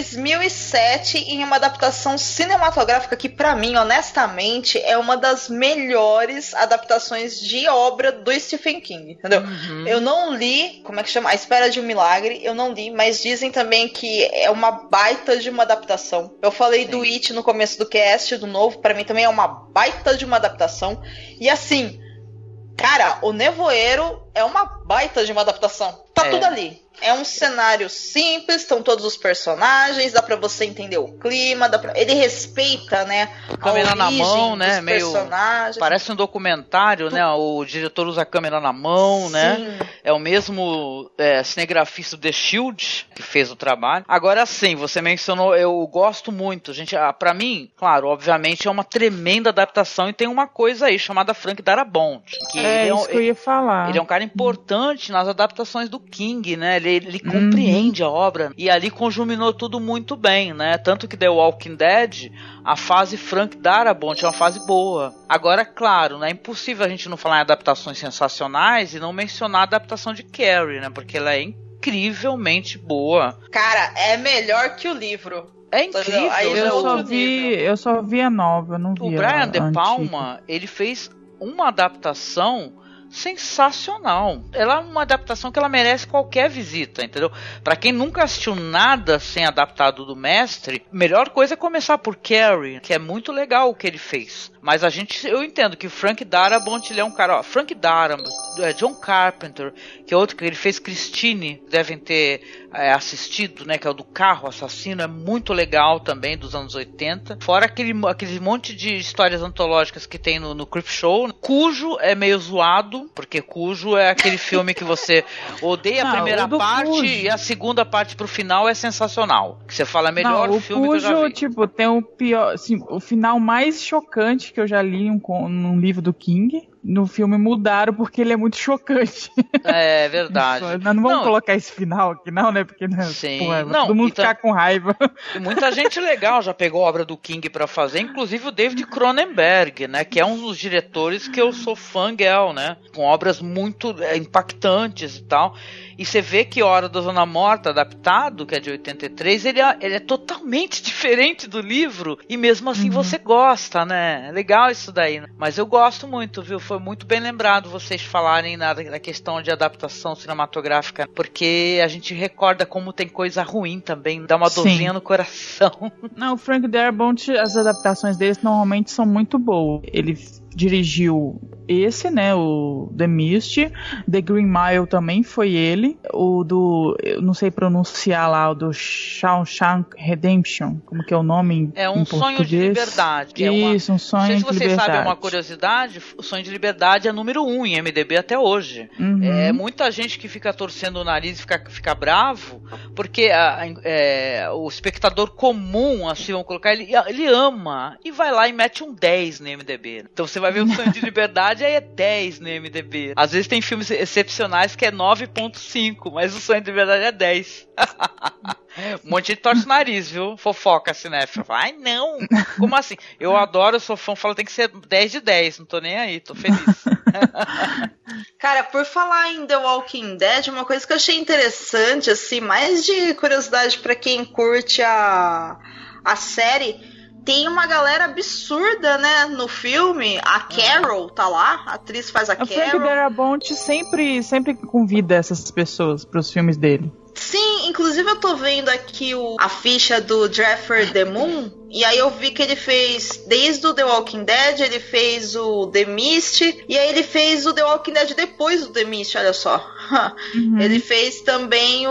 2007 em uma adaptação cinematográfica que, pra mim, honestamente, é uma das melhores adaptações de obra do Stephen King, entendeu? Eu não li, como é que chama? A Espera de um Milagre, eu não li, mas dizem também que é uma baita de uma adaptação. Eu falei do It no começo do cast, do novo, pra mim também é uma baita de uma adaptação. E assim, cara, O Nevoeiro é uma baita de uma adaptação. Tá tudo ali. É um cenário simples, estão todos os personagens, dá pra você entender o clima, ele respeita, né, a câmera na mão, né, meio personagens. Parece um documentário, né, o diretor usa a câmera na mão, né, é o mesmo cinegrafista do The Shield que fez o trabalho. Agora sim, você mencionou, eu gosto muito, gente, pra mim, claro, obviamente é uma tremenda adaptação e tem uma coisa aí chamada Frank Darabont, que isso que eu ia falar. Ele é um cara importante nas adaptações do King, né, ele compreende a obra e ali conjuminou tudo muito bem, né? Tanto que The Walking Dead, a fase Frank Darabont é uma fase boa. Agora, claro, né? É impossível a gente não falar em adaptações sensacionais e não mencionar a adaptação de Carrie, né? Porque ela é incrivelmente boa. Cara, é melhor que o livro. É incrível. Aí eu só vi a nova, eu não vi o Brian De Palma, ele fez uma adaptação sensacional. Ela é uma adaptação que ela merece qualquer visita, entendeu? Pra quem nunca assistiu nada sem adaptado do mestre, melhor coisa é começar por Carrie, que é muito legal o que ele fez. Mas eu entendo que Frank Darabont, ele é um cara, Frank Darabont, John Carpenter, que é outro que ele fez Christine, devem ter assistido, né, que é o do carro assassino, é muito legal também, dos anos 80. Fora aquele monte de histórias antológicas que tem no Creepshow. Cujo é meio zoado, porque Cujo é aquele filme que você odeia a primeira parte Cujo. E a segunda parte pro final é sensacional. Que você fala, melhor filme Cujo, que eu já vi. Tipo, tem o pior, assim, o final mais chocante que eu já li num livro do King. No filme mudaram porque ele é muito chocante. É verdade. Nós não vamos colocar esse final aqui não, né? Porque todo mundo ficar com raiva. Muita gente legal já pegou a obra do King pra fazer, inclusive o David Cronenberg, né? Que é um dos diretores que eu sou fangirl, né? Com obras muito impactantes e tal. E você vê que Hora da Zona Morta, adaptado, que é de 83, ele é totalmente diferente do livro. E mesmo assim você gosta, né? É legal isso daí, né? Mas eu gosto muito, viu? foi muito bem lembrado vocês falarem na questão de adaptação cinematográfica, porque a gente recorda como tem coisa ruim também, dá uma dorzinha no coração. Não, o Frank Darabont, as adaptações deles normalmente são muito boas. Ele dirigiu esse, né, o The Mist, The Green Mile também foi ele, o do, eu não sei pronunciar lá, o do Shawshank Redemption, como que é o nome em português? Sonho de Liberdade. Isso, um sonho de liberdade. Não sei se vocês sabem uma curiosidade, o Sonho de Liberdade é número 1 em MDB até hoje. É muita gente que fica torcendo o nariz e fica bravo, porque o espectador comum, assim, vamos colocar, ele ama, e vai lá e mete um 10 no MDB. Então você vai ver o Sonho de Liberdade, aí é 10 no MDB. Às vezes tem filmes excepcionais que é 9.5, mas o Sonho de Liberdade é 10. Um monte de gente torce o nariz, viu? Fofoca, cinéfilo. Ai, não! Como assim? Eu adoro, eu sou fã, falo tem que ser 10 de 10, não tô nem aí, tô feliz. Cara, por falar em The Walking Dead, uma coisa que eu achei interessante, assim, mais de curiosidade pra quem curte a série, tem uma galera absurda, né, no filme. A Carol tá lá, a atriz faz a Carol. O Frank Darabont sempre convida essas pessoas pros filmes dele. Sim, inclusive eu tô vendo aqui a ficha do Jeffrey Demun, e aí eu vi que ele fez, desde o The Walking Dead, ele fez o The Mist, e aí ele fez o The Walking Dead depois do The Mist, olha só. Ele fez também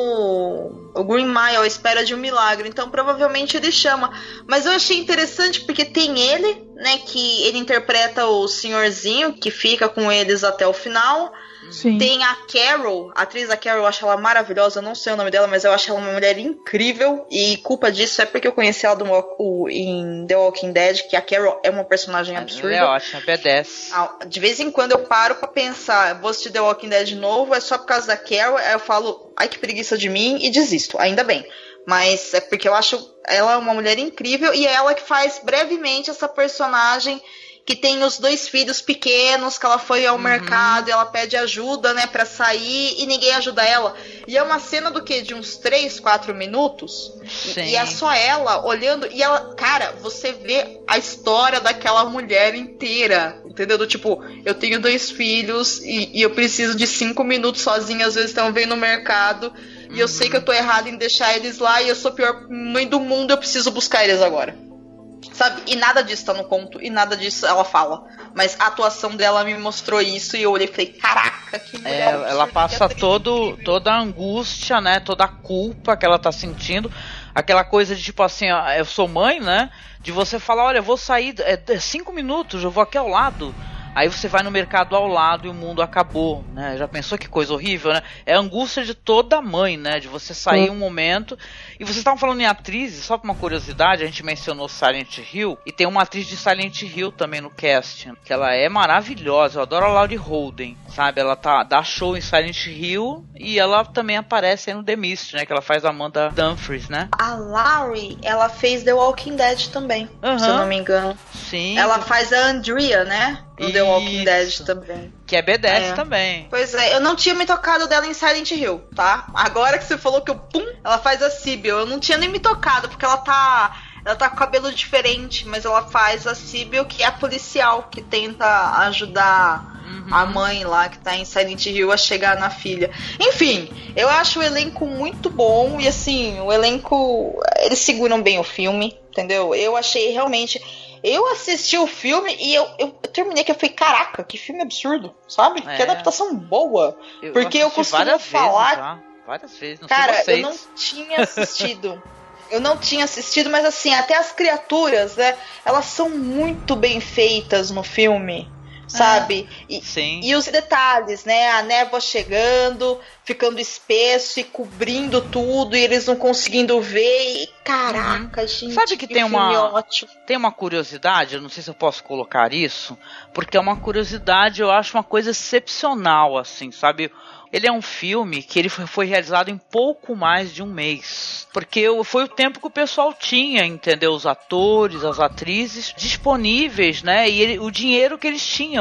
o Green Mile, A Espera de um Milagre, então provavelmente ele chama. Mas eu achei interessante porque tem ele, né, que ele interpreta o senhorzinho, que fica com eles até o final. Sim. Tem a Carol, a atriz da Carol, eu acho ela maravilhosa, eu não sei o nome dela, mas eu acho ela uma mulher incrível, e culpa disso é porque eu conheci ela em The Walking Dead, que a Carol é uma personagem absurda. É ótima, B10. De vez em quando eu paro pra pensar, vou assistir The Walking Dead de novo, é só por causa da Carol, aí eu falo, ai que preguiça de mim, e desisto, ainda bem. Mas é porque eu acho ela uma mulher incrível, e é ela que faz brevemente essa personagem que tem os 2 filhos pequenos, que ela foi ao mercado e ela pede ajuda, né, pra sair e ninguém ajuda ela. E é uma cena do quê? De uns 3, 4 minutos? E é só ela olhando, e ela, cara, você vê a história daquela mulher inteira, entendeu? Do tipo, eu tenho 2 filhos e eu preciso de 5 minutos sozinha, às vezes estão vendo no mercado, e eu sei que eu tô errada em deixar eles lá, e eu sou a pior mãe do mundo, eu preciso buscar eles agora. Sabe? E nada disso tá no conto, e nada disso ela fala. Mas a atuação dela me mostrou isso, e eu olhei e falei, caraca, que mulher. Ela passa toda a angústia, né? Toda a culpa que ela tá sentindo. Aquela coisa de tipo assim, ó, eu sou mãe, né? De você falar, olha, eu vou sair 5 minutos, eu vou aqui ao lado. Aí você vai no mercado ao lado e o mundo acabou, né? Já pensou que coisa horrível, né? É a angústia de toda mãe, né? De você sair um momento. E vocês estavam falando em atrizes, só por uma curiosidade, a gente mencionou Silent Hill, e tem uma atriz de Silent Hill também no casting, que ela é maravilhosa, eu adoro a Laurie Holden, sabe? Ela dá show em Silent Hill, e ela também aparece aí no The Mist, né? Que ela faz a Amanda Dumfries, né? A Laurie, ela fez The Walking Dead também, se eu não me engano. Sim. Ela faz a Andrea, né? No The Walking Dead também. Que é B10 também. Pois é, eu não tinha me tocado dela em Silent Hill, tá? Agora que você falou que ela faz a Sybil, eu não tinha nem me tocado, porque ela tá com cabelo diferente, mas ela faz a Sybil, que é a policial, que tenta ajudar a mãe lá, que tá em Silent Hill, a chegar na filha. Enfim, eu acho o elenco muito bom, e assim, o elenco, eles seguram bem o filme, entendeu? Eu achei realmente... Eu assisti o filme e eu terminei que eu falei, caraca, que filme absurdo, sabe? Que adaptação boa. Porque eu costumo falar... Várias vezes, não cara, sei vocês. Eu não tinha assistido. Eu não tinha assistido, mas assim, até as criaturas, né? Elas são muito bem feitas no filme, sabe? E os detalhes, né? A névoa chegando, ficando espesso e cobrindo tudo, e eles não conseguindo ver. E caraca, gente, sabe que tem ótimo. Tem uma curiosidade, eu não sei se eu posso colocar isso, porque é uma curiosidade, eu acho uma coisa excepcional, assim, sabe? Ele é um filme que ele foi realizado em pouco mais de um mês. Porque foi o tempo que o pessoal tinha, entendeu? Os atores, as atrizes disponíveis, né? E o dinheiro que eles tinham.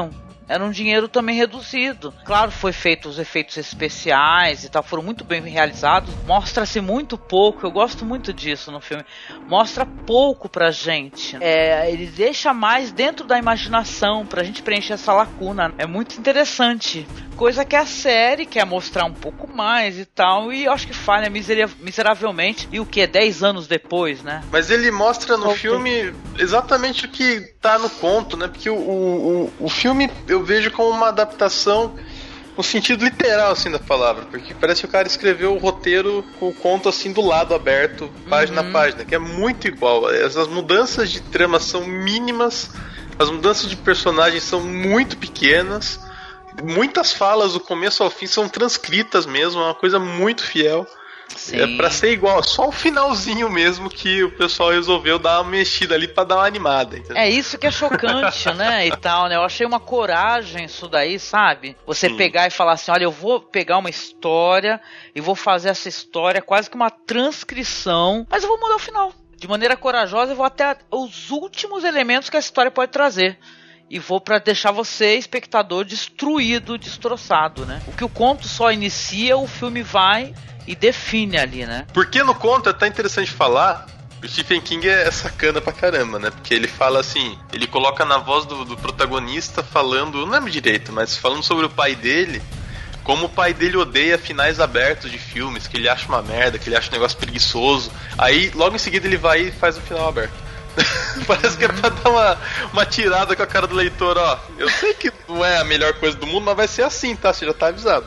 Era um dinheiro também reduzido. Claro, foi feito os efeitos especiais e tal, foram muito bem realizados. Mostra-se muito pouco, eu gosto muito disso no filme. Mostra pouco pra gente. Ele deixa mais dentro da imaginação pra gente preencher essa lacuna. É muito interessante. Coisa que a série quer mostrar um pouco mais e tal, e eu acho que falha miseravelmente. E o que? 10 anos depois, né? Mas ele mostra no filme exatamente o que tá no conto, né? Porque o filme eu vejo como uma adaptação no sentido literal, assim, da palavra. Porque parece que o cara escreveu o roteiro com o conto, assim, do lado aberto, página a página, que é muito igual. As mudanças de trama são mínimas, as mudanças de personagens são muito pequenas. Muitas falas do começo ao fim são transcritas mesmo, é uma coisa muito fiel. Sim. É pra ser igual, só o finalzinho mesmo que o pessoal resolveu dar uma mexida ali pra dar uma animada, entendeu? É isso que é chocante, né, e tal, né? Eu achei uma coragem isso daí, sabe? Você pegar e falar assim, olha, eu vou pegar uma história e vou fazer essa história quase que uma transcrição, mas eu vou mudar o final. De maneira corajosa, eu vou até os últimos elementos que a história pode trazer. E vou pra deixar você, espectador, destruído, destroçado, né? O que o conto só inicia, o filme vai e define ali, né? Porque no conto é até interessante falar, o Stephen King é sacana pra caramba, né? Porque ele fala assim, ele coloca na voz do protagonista falando, não lembro direito, mas falando sobre o pai dele, como o pai dele odeia finais abertos de filmes, que ele acha uma merda, que ele acha um negócio preguiçoso. Aí, logo em seguida, ele vai e faz o final aberto. Parece que é pra dar uma tirada com a cara do leitor, ó. Eu sei que não é a melhor coisa do mundo, mas vai ser assim, tá? Você já tá avisado.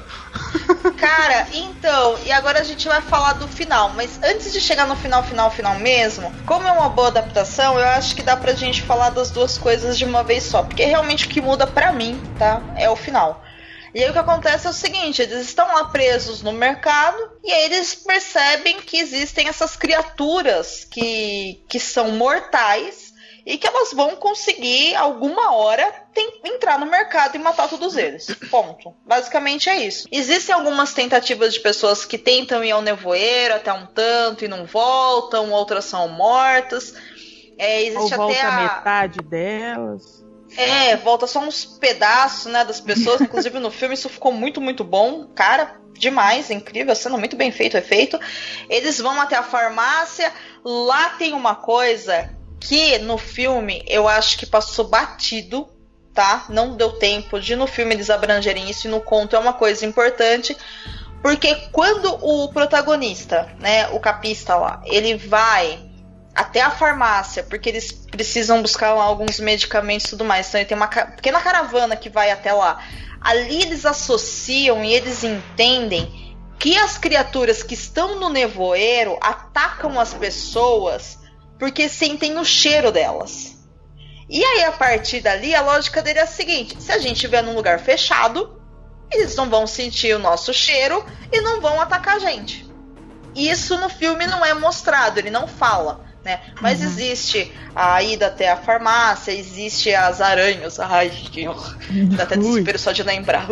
Cara, então, e agora a gente vai falar do final, mas antes de chegar no final mesmo, como é uma boa adaptação, eu acho que dá pra gente falar das duas coisas de uma vez só, porque realmente o que muda pra mim, tá? É o final. E aí o que acontece é o seguinte, eles estão lá presos no mercado e aí eles percebem que existem essas criaturas que são mortais e que elas vão conseguir alguma hora entrar no mercado e matar todos eles. Ponto. Basicamente é isso. Existem algumas tentativas de pessoas que tentam ir ao nevoeiro até um tanto e não voltam, outras são mortas. Existe ou volta até metade delas. Volta só uns pedaços, né, das pessoas. Inclusive no filme isso ficou muito, muito bom. Cara, demais, incrível, sendo muito bem feito o efeito. Eles vão até a farmácia. Lá tem uma coisa que no filme eu acho que passou batido, tá? Não deu tempo de no filme eles abrangerem isso, e no conto é uma coisa importante. Porque quando o protagonista, né, o capista lá, ele vai até a farmácia, porque eles precisam buscar lá alguns medicamentos e tudo mais. Então ele tem uma pequena caravana que vai até lá. Ali eles associam e eles entendem que as criaturas que estão no nevoeiro atacam as pessoas porque sentem o cheiro delas. E aí, a partir dali, a lógica dele é a seguinte: se a gente estiver num lugar fechado, eles não vão sentir o nosso cheiro e não vão atacar a gente. Isso no filme não é mostrado, ele não fala, né? Mas existe a ida até a farmácia, existe as aranhas. Ai, que dá até desespero só de lembrar.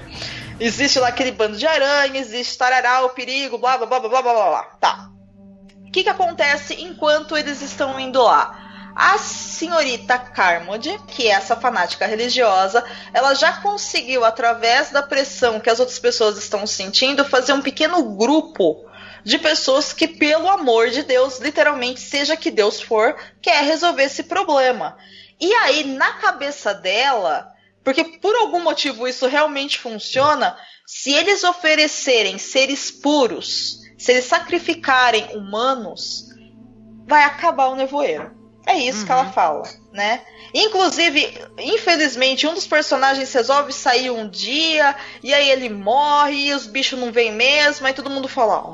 Existe lá aquele bando de aranha, existe tarará, o perigo, blá blá blá blá blá blá blá. Tá. O que acontece enquanto eles estão indo lá? A senhorita Carmody, que é essa fanática religiosa, ela já conseguiu, através da pressão que as outras pessoas estão sentindo, fazer um pequeno grupo de pessoas que, pelo amor de Deus, literalmente, seja que Deus for, quer resolver esse problema. E aí, na cabeça dela, porque por algum motivo isso realmente funciona, se eles oferecerem seres puros, se eles sacrificarem humanos, vai acabar o nevoeiro. É isso que ela fala, né? Inclusive, infelizmente, um dos personagens resolve sair um dia, e aí ele morre, e os bichos não vêm mesmo, aí todo mundo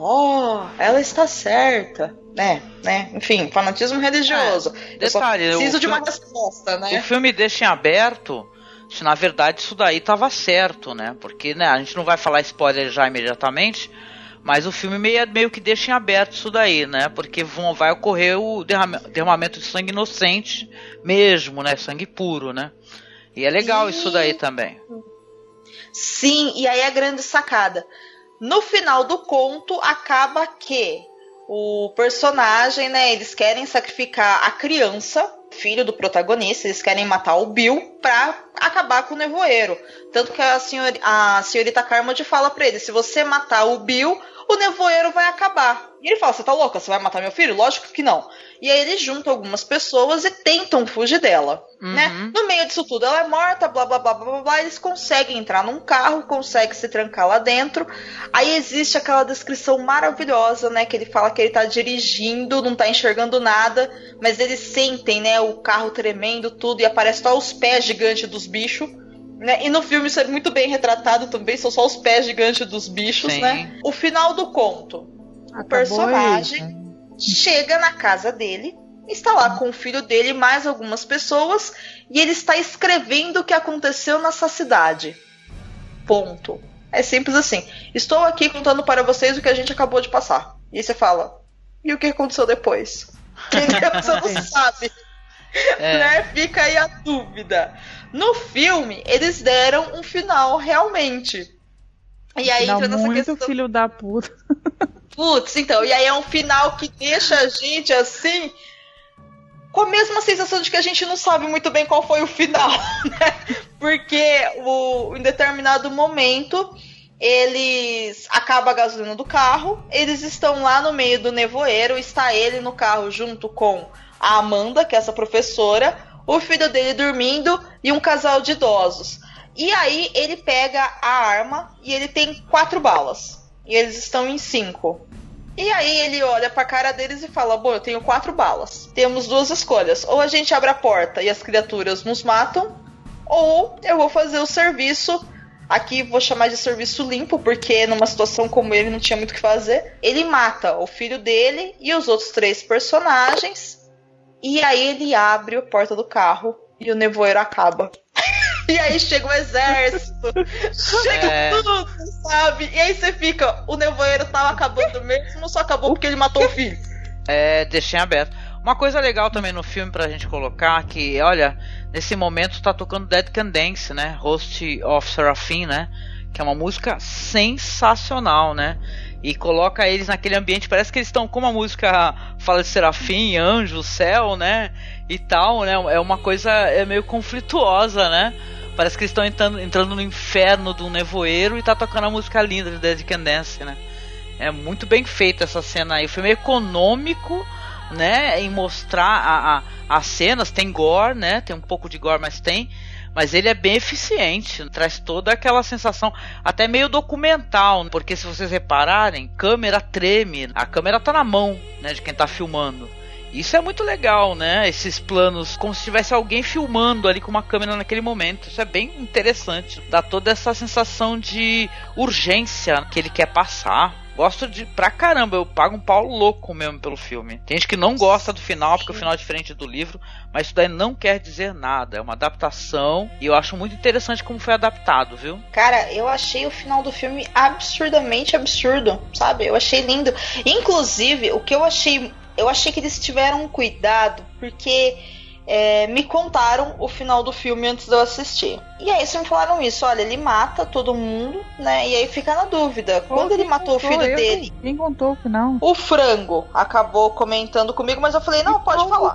fala, ela está certa, né? Enfim, fanatismo religioso. Eu só preciso de uma resposta, né? O filme deixa em aberto se na verdade isso daí estava certo, né? Porque, né, a gente não vai falar spoiler já imediatamente, mas o filme meio que deixa em aberto isso daí, né? Porque vai ocorrer o derramamento de sangue inocente mesmo, né? Sangue puro, né? E é legal isso daí também. Sim, e aí a grande sacada. No final do conto, acaba que o personagem, né? Eles querem sacrificar a criança, filho do protagonista, eles querem matar o Bill pra acabar com o nevoeiro. Tanto que a senhorita Carmody fala pra ele, se você matar o Bill, o nevoeiro vai acabar. E ele fala, você tá louca? Você vai matar meu filho? Lógico que não. E aí ele junta algumas pessoas e tentam fugir dela, né? No meio disso tudo, ela é morta, blá, blá, blá, blá, blá, blá. Eles conseguem entrar num carro, conseguem se trancar lá dentro. Aí existe aquela descrição maravilhosa, né? Que ele fala que ele tá dirigindo, não tá enxergando nada, mas eles sentem, né? O carro tremendo, tudo, e aparece só os pés gigantes dos bichos. Né? E no filme isso é muito bem retratado também, são só os pés gigantes dos bichos, Sim. né? O final do conto, o personagem chega na casa dele, está lá com o filho dele e mais algumas pessoas, e ele está escrevendo o que aconteceu nessa cidade. Ponto. É simples assim. Estou aqui contando para vocês o que a gente acabou de passar. E aí você fala, e o que aconteceu depois? Você não sabe. Né? Fica aí a dúvida. No filme, eles deram um final realmente. E aí entra nessa muito questão. Filho da puta. Putz, então, e aí é um final que deixa a gente assim, com a mesma sensação de que a gente não sabe muito bem qual foi o final, né? Porque em determinado momento eles acabam a gasolina do carro, eles estão lá no meio do nevoeiro, está ele no carro junto com a Amanda, que é essa professora, o filho dele dormindo e um casal de idosos. E aí ele pega a arma e ele tem 4 balas. E eles estão em 5. E aí ele olha pra cara deles e fala, bom, eu tenho 4 balas. Temos 2 escolhas. Ou a gente abre a porta e as criaturas nos matam, ou eu vou fazer o serviço, aqui vou chamar de serviço limpo, porque numa situação como ele não tinha muito o que fazer. Ele mata o filho dele e os outros 3 personagens. E aí ele abre a porta do carro e o nevoeiro acaba. E aí chega o exército, chega tudo, sabe? E aí você fica, o nevoeiro tava acabando mesmo, só acabou porque ele matou o filho. Deixei aberto. Uma coisa legal também no filme pra gente colocar, que, olha, nesse momento tá tocando Dead Can Dance, né? Host of Seraphim, né? Que é uma música sensacional, né? E coloca eles naquele ambiente, parece que eles estão, como a música fala de serafim, anjo, céu, né, e tal, né, é uma coisa meio conflituosa, né, parece que eles estão entrando no inferno do nevoeiro e tá tocando a música linda de Dead Can Dance, né, é muito bem feita essa cena aí, foi meio econômico, né, em mostrar as cenas, tem gore, né, tem um pouco de gore, mas ele é bem eficiente, traz toda aquela sensação, até meio documental, porque se vocês repararem, câmera treme, a câmera tá na mão, né, de quem tá filmando. Isso é muito legal, né, esses planos, como se tivesse alguém filmando ali com uma câmera naquele momento, isso é bem interessante, dá toda essa sensação de urgência que ele quer passar. Gosto pra caramba, eu pago um pau louco mesmo pelo filme. Tem gente que não gosta do final, porque o final é diferente do livro, mas isso daí não quer dizer nada. É uma adaptação e eu acho muito interessante como foi adaptado, viu? Cara, eu achei o final do filme absurdamente absurdo, sabe? Eu achei lindo. Inclusive, o que eu achei que eles tiveram cuidado, porque me contaram o final do filme antes de eu assistir. E aí eles me falaram isso, olha, ele mata todo mundo, né? E aí fica na dúvida. Quando ele matou o filho dele... Quem contou o final? O Frango acabou comentando comigo, mas eu falei, não, pode falar.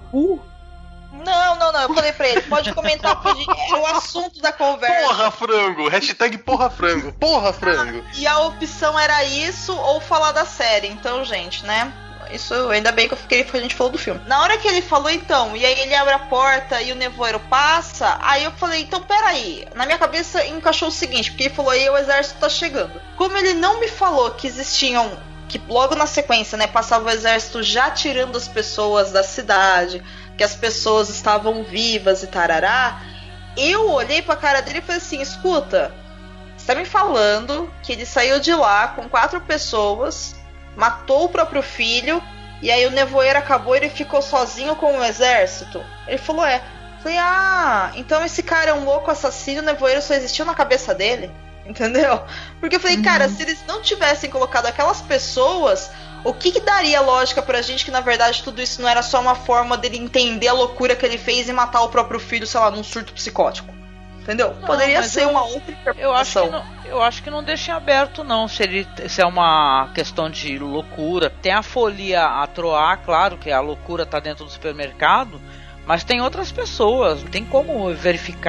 Não, eu falei pra ele, pode comentar, é o assunto da conversa. Porra, Frango, hashtag porra, Frango, porra, Frango. E a opção era isso ou falar da série, então, gente, né? Isso, ainda bem que eu fiquei, a gente falou do filme. Na hora que ele falou, então, e aí ele abre a porta e o nevoeiro passa, aí eu falei, então peraí. Na minha cabeça encaixou o seguinte, porque ele falou, aí o exército tá chegando. Como ele não me falou que existiam, que logo na sequência, né, passava o exército já tirando as pessoas da cidade, que as pessoas estavam vivas e tarará, eu olhei pra cara dele e falei assim, escuta, você tá me falando que ele saiu de lá com 4 pessoas, matou o próprio filho, e aí o nevoeiro acabou e ele ficou sozinho com o exército? Ele falou, Falei, então esse cara é um louco assassino, o nevoeiro só existiu na cabeça dele, entendeu? Porque eu falei, cara, se eles não tivessem colocado aquelas pessoas, o que daria lógica pra gente que na verdade tudo isso não era só uma forma dele entender a loucura que ele fez e matar o próprio filho, sei lá, num surto psicótico? Entendeu? Não, poderia ser uma outra interpretação. Eu acho que não deixa em aberto, não. Se é uma questão de loucura. Tem a folia a troar, claro que a loucura tá dentro do supermercado, mas tem outras pessoas. Não tem como verificar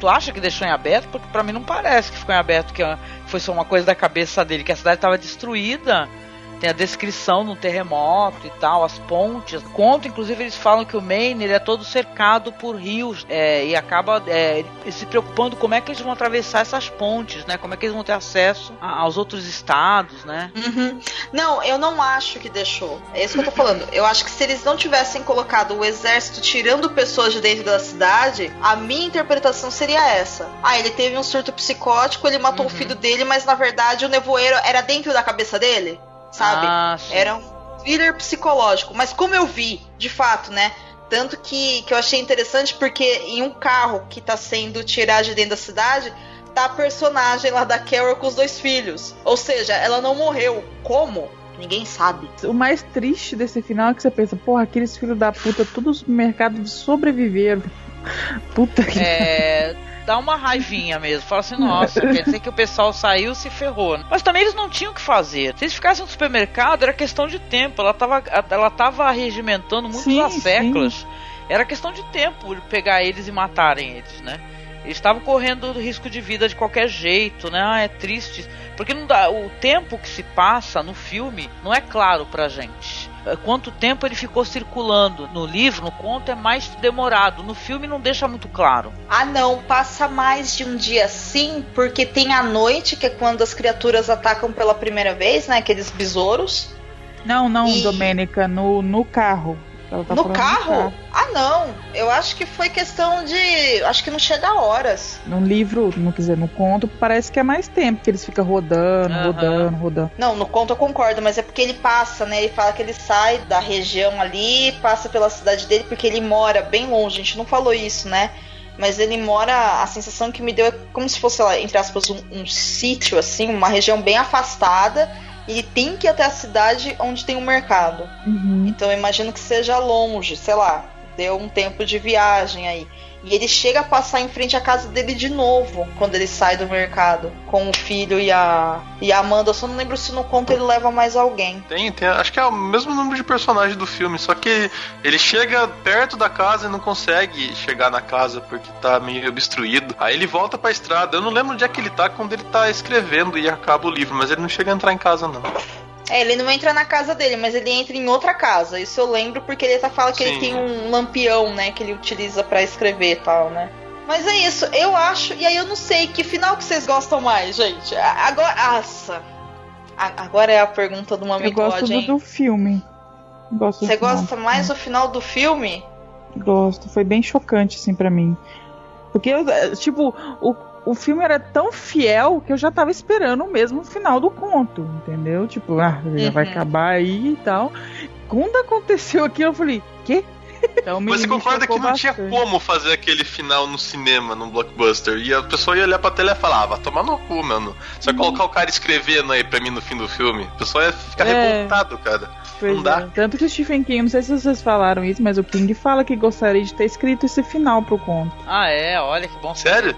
Tu acha que deixou em aberto? Porque pra mim não parece que ficou em aberto, que foi só uma coisa da cabeça dele, que a cidade estava destruída. Tem a descrição no terremoto e tal, as pontes. Conto, inclusive, eles falam que o Maine ele é todo cercado por rios e acaba se preocupando como é que eles vão atravessar essas pontes, né? Como é que eles vão ter acesso aos outros estados, né? Uhum. Não, eu não acho que deixou. É isso que eu tô falando. Eu acho que se eles não tivessem colocado o exército tirando pessoas de dentro da cidade, a minha interpretação seria essa. Ele teve um surto psicótico, ele matou o filho dele, mas na verdade o nevoeiro era dentro da cabeça dele. Sabe? Era um thriller psicológico. Mas como eu vi, de fato, né? Tanto que eu achei interessante porque em um carro que tá sendo tirado de dentro da cidade, tá a personagem lá da Carol com os 2 filhos. Ou seja, ela não morreu. Como? Ninguém sabe. O mais triste desse final é que você pensa, porra, aqueles filhos da puta, todos no mercado sobreviveram. Puta que... Dá uma raivinha mesmo. Fala assim, nossa, quer dizer que o pessoal saiu, se ferrou. Mas também eles não tinham o que fazer. Se eles ficassem no supermercado, era questão de tempo. Ela tava arregimentando muitos asseclas. Era questão de tempo de pegar eles e matarem eles, né? Eles estavam correndo risco de vida de qualquer jeito, né? É triste. Porque não dá, o tempo que se passa no filme não é claro pra gente. Quanto tempo ele ficou circulando. No livro, no conto, é mais demorado. No filme não deixa muito claro. Não, passa mais de um dia sim, porque tem a noite, que é quando as criaturas atacam pela primeira vez, né? Aqueles besouros. Não, Domênica, no carro. No carro? Não. Eu acho que foi questão de... Acho que não chega a horas. No livro, não quiser, no conto, parece que é mais tempo, que eles ficam rodando. Não, no conto eu concordo, mas é porque ele passa, né? Ele fala que ele sai da região ali, passa pela cidade dele, porque ele mora bem longe. A gente não falou isso, né? Mas ele mora... A sensação que me deu é como se fosse, lá, entre aspas, um sítio, assim, uma região bem afastada. Ele tem que ir até a cidade onde tem um mercado. Então eu imagino que seja longe, sei lá, deu um tempo de viagem aí. E ele chega a passar em frente à casa dele de novo, quando ele sai do mercado, com o filho e a Amanda. Eu só não lembro se no conto ele leva mais alguém. Tem, acho que é o mesmo número de personagens do filme, só que ele chega perto da casa e não consegue chegar na casa porque tá meio obstruído. Aí ele volta pra estrada. Eu não lembro onde é que ele tá quando ele tá escrevendo e acaba o livro, mas ele não chega a entrar em casa, não. Ele não entra na casa dele, mas ele entra em outra casa. Isso eu lembro porque ele fala que ele tem um lampião, né, que ele utiliza pra escrever e tal, né. Mas é isso, eu acho, e aí eu não sei, que final que vocês gostam mais, gente? Agora é a pergunta do Mami God, hein? Eu gosto do filme. Você gosta mais do final do filme? Gosto, foi bem chocante, assim, pra mim. Porque, tipo, o filme era tão fiel que eu já tava esperando o mesmo final do conto, entendeu? Tipo, já vai acabar aí e tal. Quando aconteceu aquilo, eu falei, quê? Então, você concorda que não tinha como fazer aquele final no cinema, no blockbuster? E a pessoa ia olhar pra tela e falar, vai tomar no cu, mano. Só colocar o cara escrevendo aí pra mim no fim do filme. O pessoal ia ficar revoltado, cara. Não dá. Tanto que o Stephen King, não sei se vocês falaram isso, mas o King fala que gostaria de ter escrito esse final pro conto. Olha que bom. Sério?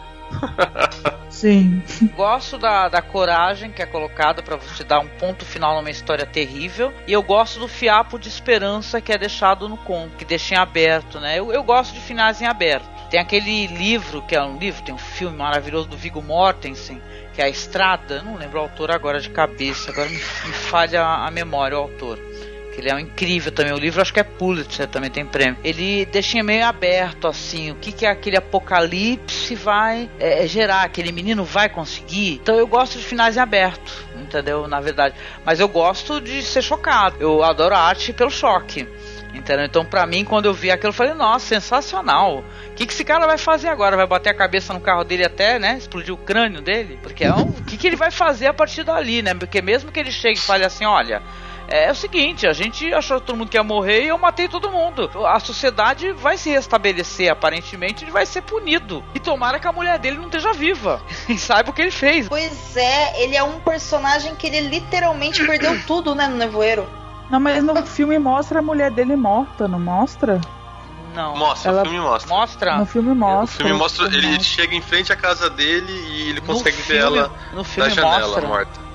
Sim. Gosto da coragem que é colocada pra você dar um ponto final numa história terrível. E eu gosto do fiapo de esperança que é deixado no conto, que deixa em aberto, né? Eu gosto de finais em aberto. Tem aquele livro, que é um livro, tem um filme maravilhoso do Viggo Mortensen, que é A Estrada. Não lembro o autor agora de cabeça, agora me falha a memória, o autor. Ele é um incrível também. O livro acho que é Pulitzer, também tem prêmio. Ele deixa meio aberto assim, o que é aquele apocalipse vai gerar, aquele menino vai conseguir. Então eu gosto de finais em aberto, entendeu? Na verdade, mas eu gosto de ser chocado. Eu adoro a arte pelo choque, entendeu? Então pra mim, quando eu vi aquilo, eu falei, nossa, sensacional. O que esse cara vai fazer agora? Vai bater a cabeça no carro dele até, né? Explodir o crânio dele? Porque o que ele vai fazer a partir dali, né? Porque mesmo que ele chegue e fale assim, olha, é o seguinte, a gente achou que todo mundo quer morrer e eu matei todo mundo. A sociedade vai se restabelecer, aparentemente, ele vai ser punido. E tomara que a mulher dele não esteja viva e saiba o que ele fez. Pois é, ele é um personagem que ele literalmente perdeu tudo, né, no nevoeiro. Não, mas no filme mostra a mulher dele morta, não mostra? Não. Mostra, o filme mostra. Mostra? No filme mostra. O filme mostra, ele chega em frente à casa dele e ele consegue ver ela no filme da janela mostra. morta.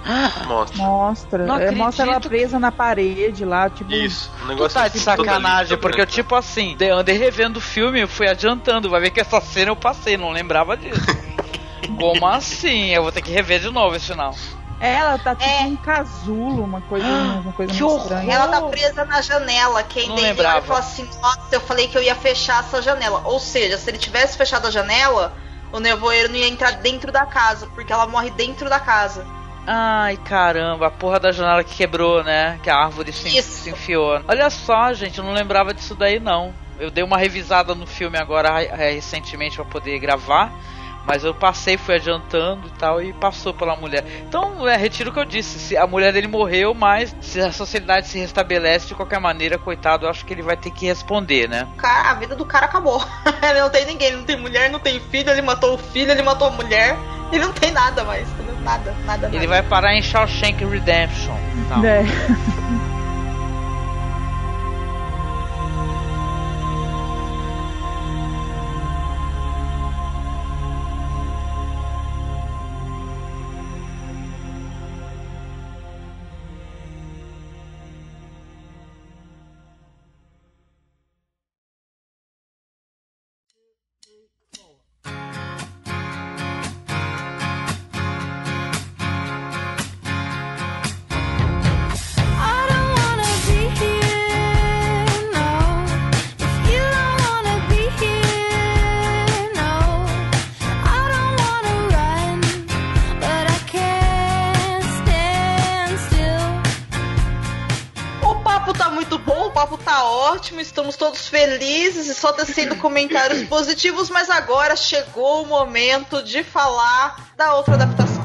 Mostra. Mostra ela presa na parede lá, tipo... Isso, um negócio tá de sacanagem, porque eu, tipo assim, andei revendo o filme, eu fui adiantando, vai ver que essa cena eu passei, não lembrava disso. Como assim? Eu vou ter que rever de novo esse final. Ela tá tipo um casulo, uma coisa muito estranha. Ela tá presa na janela. Quem deu e falou assim: nossa, eu falei que eu ia fechar essa janela. Ou seja, se ele tivesse fechado a janela, o nevoeiro não ia entrar dentro da casa, porque ela morre dentro da casa. Ai, caramba, a porra da janela que quebrou, né? Que a árvore se enfiou. Olha só, gente, eu não lembrava disso daí, não. Eu dei uma revisada no filme agora recentemente pra poder gravar. Mas eu passei, fui adiantando e tal, e passou pela mulher. Então, retiro o que eu disse. Se a mulher dele morreu, mas se a sociedade se restabelece de qualquer maneira, coitado, eu acho que ele vai ter que responder, né? A vida do cara acabou. Ele não tem ninguém, ele não tem mulher, não tem filho, ele matou o filho, ele matou a mulher. Ele não tem nada mais, nada. Ele vai parar em Shawshank Redemption. Então. Estamos todos felizes e só tecendo comentários positivos, mas agora chegou o momento de falar da outra adaptação.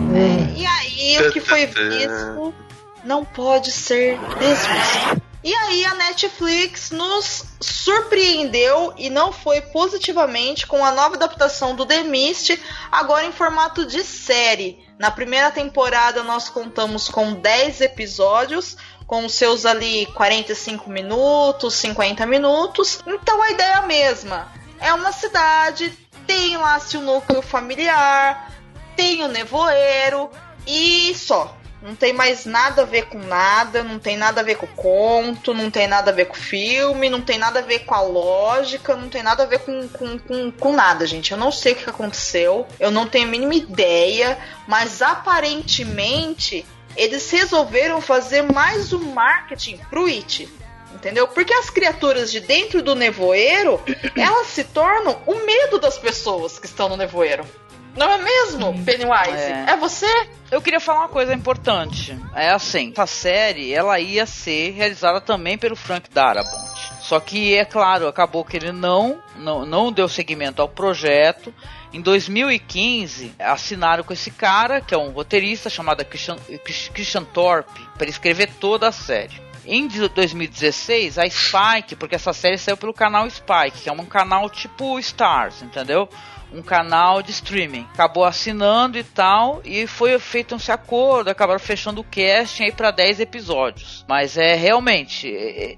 E aí, o que foi visto não pode ser desvisto. E aí, a Netflix nos surpreendeu e não foi positivamente com a nova adaptação do The Mist, agora em formato de série. Na primeira temporada, nós contamos com 10 episódios, com seus ali 45 minutos, 50 minutos. Então a ideia é a mesma. É uma cidade, tem lá seu núcleo familiar, tem o nevoeiro e só. Não tem mais nada a ver com nada, não tem nada a ver com o conto, não tem nada a ver com o filme, não tem nada a ver com a lógica, não tem nada a ver com nada, gente. Eu não sei o que aconteceu, eu não tenho a mínima ideia, mas aparentemente eles resolveram fazer mais um marketing pro It, entendeu? Porque as criaturas de dentro do nevoeiro, elas se tornam o medo das pessoas que estão no nevoeiro. Não é mesmo, Pennywise? É você? Eu queria falar uma coisa importante. É assim, essa série, ela ia ser realizada também pelo Frank Darabont. Só que, é claro, acabou que ele não deu seguimento ao projeto. Em 2015, assinaram com esse cara, que é um roteirista chamado Christian Thorpe, para escrever toda a série. Em 2016, a Spike, porque essa série saiu pelo canal Spike, que é um canal tipo Stars, entendeu? Um canal de streaming. Acabou assinando e tal, e foi feito esse acordo, acabaram fechando o casting aí para 10 episódios. Mas realmente...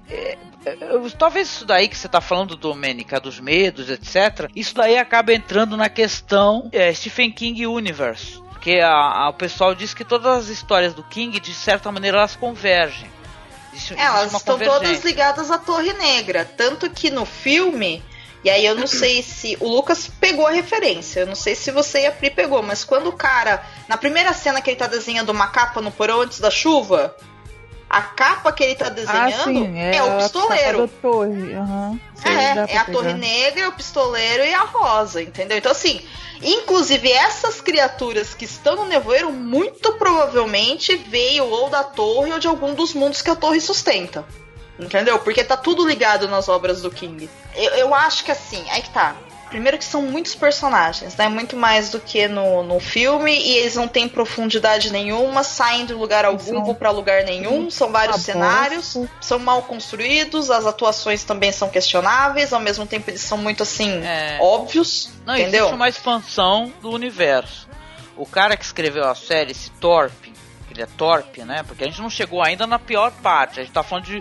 talvez isso daí que você tá falando, Domênica, dos medos, etc. Isso daí acaba entrando na questão Stephen King Universe. Porque o pessoal diz que todas as histórias do King, de certa maneira, elas convergem. Elas estão todas ligadas à Torre Negra. Tanto que no filme... E aí eu não sei se... O Lucas pegou a referência. Eu não sei se você e a Pri pegou. Mas quando o cara... Na primeira cena que ele tá desenhando uma capa no porão antes da chuva... A capa que ele tá desenhando é o pistoleiro. Torre. É a Torre Negra, o pistoleiro e a Rosa, entendeu? Então assim, inclusive essas criaturas que estão no nevoeiro muito provavelmente veio ou da torre ou de algum dos mundos que a torre sustenta. Entendeu? Porque tá tudo ligado nas obras do King. Eu acho que assim, aí que tá. Primeiro que são muitos personagens, né? Muito mais do que no filme. E eles não têm profundidade nenhuma. Saem de lugar algum, vão pra lugar nenhum. São vários cenários. São mal construídos. As atuações também são questionáveis. Ao mesmo tempo eles são muito assim, óbvios. Não, entendeu? Existe uma expansão do universo. O cara que escreveu a série, esse Thorpe, ele é Thorpe, né? Porque a gente não chegou ainda na pior parte. A gente tá falando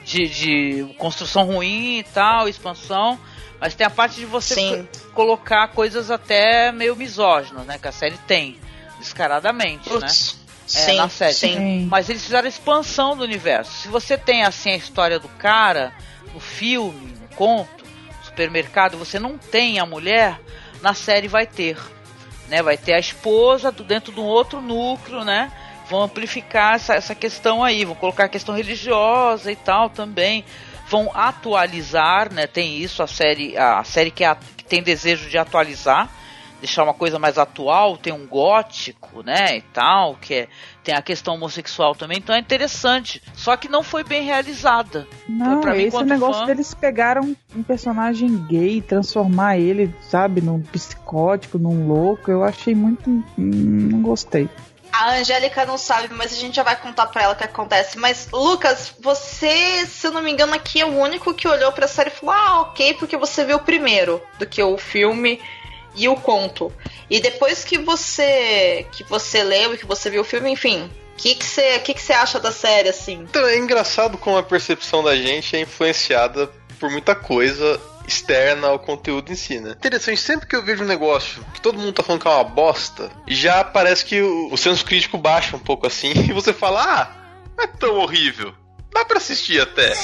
de construção ruim e tal, expansão. Mas tem a parte de você colocar coisas até meio misóginas, né? Que a série tem, descaradamente, né? na série. Sim. Mas eles fizeram expansão do universo. Se você tem assim a história do cara no filme, no conto, no supermercado, você não tem a mulher, na série vai ter. Né? Vai ter a esposa dentro de um outro núcleo, né? Vão amplificar essa questão aí, vão colocar a questão religiosa e tal também. Vão atualizar, né? Tem isso, a série que tem desejo de atualizar, deixar uma coisa mais atual, tem um gótico, né, e tal, tem a questão homossexual também, então é interessante, só que não foi bem realizada. Não, pra mim, esse negócio deles pegaram um personagem gay, transformar ele, sabe, num psicótico, num louco, eu achei muito... não gostei. A Angélica não sabe, mas a gente já vai contar pra ela o que acontece. Mas, Lucas, você, se eu não me engano, aqui é o único que olhou pra série e falou, ok, porque você viu primeiro do que o filme e o conto. E depois que você leu e que você viu o filme, enfim, o que você acha da série, assim? Então, é engraçado como a percepção da gente é influenciada por muita coisa externa ao conteúdo em si, né? Interessante, sempre que eu vejo um negócio que todo mundo tá falando que é uma bosta, já parece que o senso crítico baixa um pouco assim, e você fala, não é tão horrível, dá pra assistir até.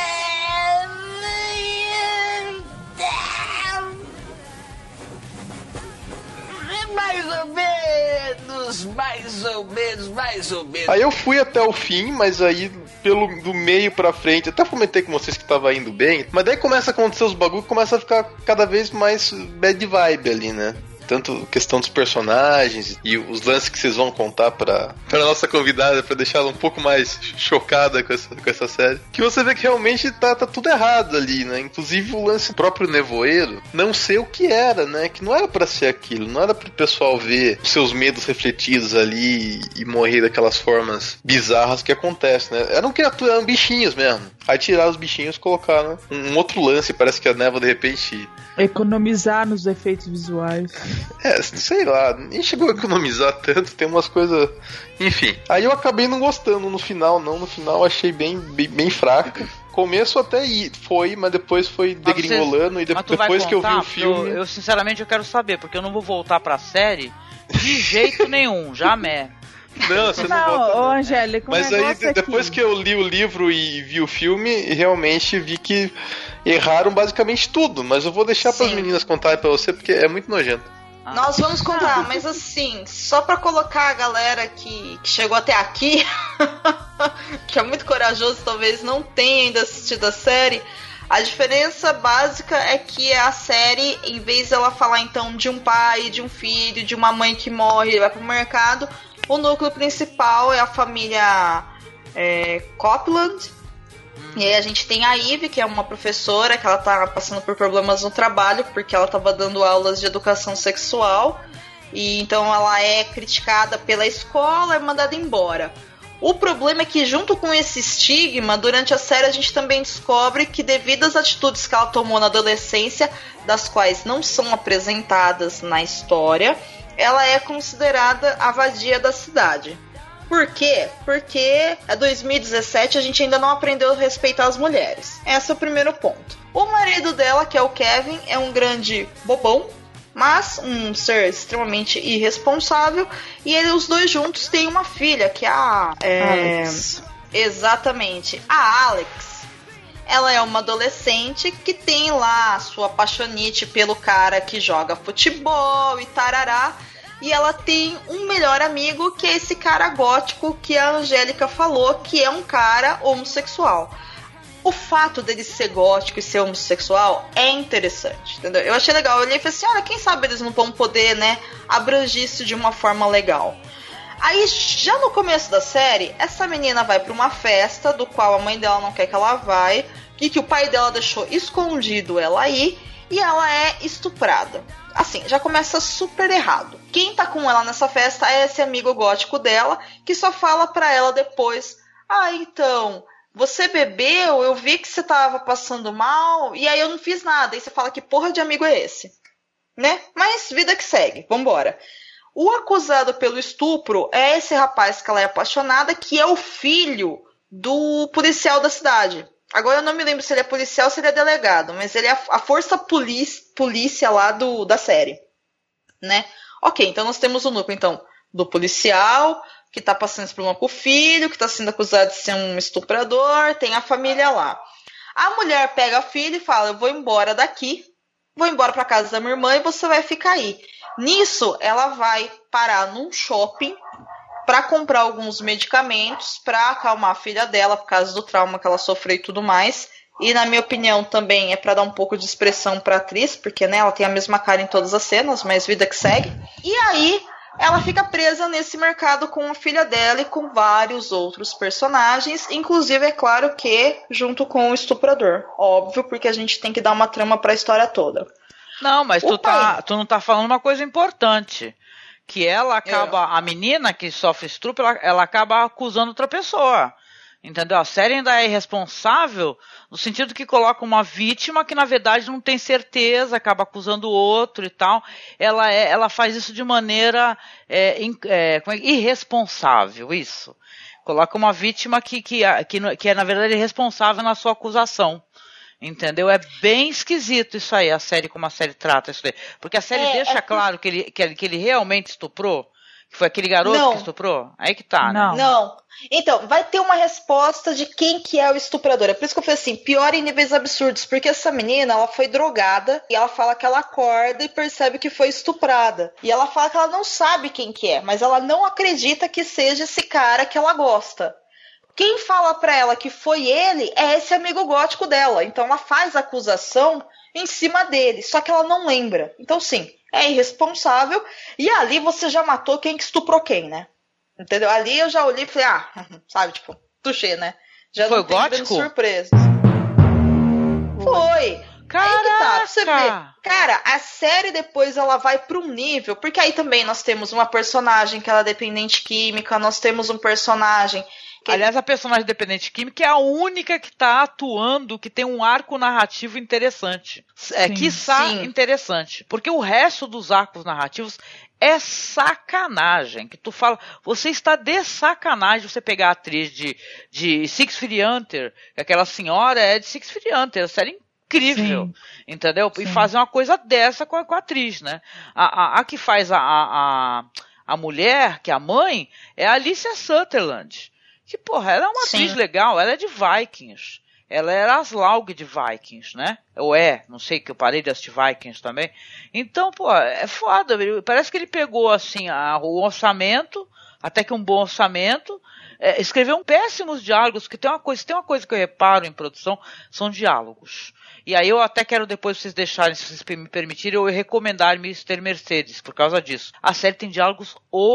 Mais ou menos. Aí eu fui até o fim, mas aí do meio pra frente, até comentei com vocês que tava indo bem, mas daí começa a acontecer os bagulhos, começa a ficar cada vez mais bad vibe ali, né? Tanto questão dos personagens e os lances que vocês vão contar pra nossa convidada, pra deixá-la um pouco mais chocada com essa série. Que você vê que realmente tá tudo errado ali, né? Inclusive o lance próprio nevoeiro não ser o que era, né? Que não era pra ser aquilo, não era pro pessoal ver os seus medos refletidos ali e morrer daquelas formas bizarras que acontecem, né? Eram criaturas, eram bichinhos mesmo. Aí tiraram os bichinhos e colocaram um outro lance, parece que a névoa de repente... Economizar nos efeitos visuais. Sei lá, nem chegou a economizar tanto, tem umas coisas... Enfim, aí eu acabei não gostando no final, achei bem fraca. Começo até foi, mas depois foi degringolando e depois que eu vi o filme... Eu sinceramente eu quero saber, porque eu não vou voltar pra série de jeito nenhum, jamais. Não, você não volta, não. Angélica, mas aí depois que eu li o livro e vi o filme, realmente vi que erraram basicamente tudo. Mas eu vou deixar para as meninas contarem para você, porque é muito nojento. Nós vamos contar, mas assim, só pra colocar a galera que chegou até aqui, que é muito corajoso, talvez não tenha ainda assistido a série. A diferença básica é que a série, em vez de ela falar então de um pai, de um filho, de uma mãe que morre e vai pro mercado, o núcleo principal é a família Copeland. E aí a gente tem a Eve, que é uma professora, que ela tá passando por problemas no trabalho, porque ela tava dando aulas de educação sexual. E então ela é criticada pela escola e mandada embora. O problema é que junto com esse estigma, durante a série a gente também descobre que devido às atitudes que ela tomou na adolescência, das quais não são apresentadas na história, ela é considerada a vadia da cidade. Por quê? Porque é 2017 a gente ainda não aprendeu a respeitar as mulheres. Esse é o primeiro ponto. O marido dela, que é o Kevin, é um grande bobão, mas um ser extremamente irresponsável. E os dois juntos têm uma filha, que é a... Alex. Exatamente. A Alex. Ela é uma adolescente que tem lá a sua paixonite pelo cara que joga futebol e tarará. E ela tem um melhor amigo, que é esse cara gótico que a Angélica falou, que é um cara homossexual. O fato dele ser gótico e ser homossexual é interessante, entendeu? Eu achei legal. Eu olhei e falei assim, olha, quem sabe eles não vão poder, né, abranger isso de uma forma legal. Aí, já no começo da série, essa menina vai pra uma festa, do qual a mãe dela não quer que ela vá, e que o pai dela deixou escondido ela aí, e ela é estuprada. Assim, já começa super errado. Quem tá com ela nessa festa é esse amigo gótico dela, que só fala pra ela depois, então, você bebeu, eu vi que você tava passando mal, e aí eu não fiz nada. E você fala, que porra de amigo é esse? Né? Mas vida que segue, vambora. O acusado pelo estupro é esse rapaz que ela é apaixonada, que é o filho do policial da cidade. Agora eu não me lembro se ele é policial ou se ele é delegado, mas ele é a força polícia lá da série, né? Ok, então nós temos o núcleo então, do policial, que tá passando esse problema com o filho, que tá sendo acusado de ser um estuprador, tem a família lá. A mulher pega a filha e fala, eu vou embora daqui, vou embora pra casa da minha irmã e você vai ficar aí. Nisso, ela vai parar num shopping para comprar alguns medicamentos para acalmar a filha dela por causa do trauma que ela sofreu e tudo mais. E na minha opinião também é para dar um pouco de expressão para a atriz, porque né, ela tem a mesma cara em todas as cenas, mas vida que segue. E aí ela fica presa nesse mercado com a filha dela e com vários outros personagens, inclusive é claro que junto com o estuprador. Óbvio, porque a gente tem que dar uma trama para a história toda. Não, mas tu não tá falando uma coisa importante. Que ela acaba, a menina que sofre estupro, ela acaba acusando outra pessoa. Entendeu? A série ainda é irresponsável no sentido que coloca uma vítima que na verdade não tem certeza, acaba acusando o outro e tal. Ela faz isso de maneira irresponsável, isso. Coloca uma vítima que é na verdade irresponsável na sua acusação. Entendeu? É bem esquisito isso aí, a série como a série trata isso daí. Porque a série deixa claro que ele realmente estuprou, que foi aquele garoto que estuprou. Aí que tá, né? Não. Então, vai ter uma resposta de quem que é o estuprador. É por isso que eu falei assim, pior em níveis absurdos. Porque essa menina, ela foi drogada e ela fala que ela acorda e percebe que foi estuprada. E ela fala que ela não sabe quem que é, mas ela não acredita que seja esse cara que ela gosta. Quem fala pra ela que foi ele é esse amigo gótico dela. Então ela faz a acusação em cima dele, só que ela não lembra. Então sim, é irresponsável. E ali você já matou quem que estuprou quem, né? Entendeu? Ali eu já olhei e falei, sabe, tipo, tuxê, né? Já foi não tem gótico? Surpresas. Foi. Caraca! Você vê. Cara, a série depois ela vai para um nível, porque aí também nós temos uma personagem que ela é dependente química, nós temos um personagem aliás, a personagem dependente química é a única que está atuando, que tem um arco narrativo interessante. Quiçá interessante. Porque o resto dos arcos narrativos é sacanagem. Que tu fala, você está de sacanagem você pegar a atriz de Six Feet Under, que aquela senhora é de Six Feet Under, a série incrível, entendeu? Sim. E fazer uma coisa dessa com a atriz, né? A que faz a mulher, que é a mãe, é a Alicia Sutherland. Que, porra, ela é uma atriz legal, ela é de Vikings. Ela era Aslaug de Vikings, né? Ou não sei, que eu parei de assistir Vikings também. Então, pô, é foda. Parece que ele pegou, assim, o orçamento, até que um bom orçamento, escreveu péssimos diálogos, que tem uma coisa que eu reparo em produção, são diálogos. E aí eu até quero depois, vocês deixarem, se vocês me permitirem, eu recomendar Mr. Mercedes, por causa disso. A série tem diálogos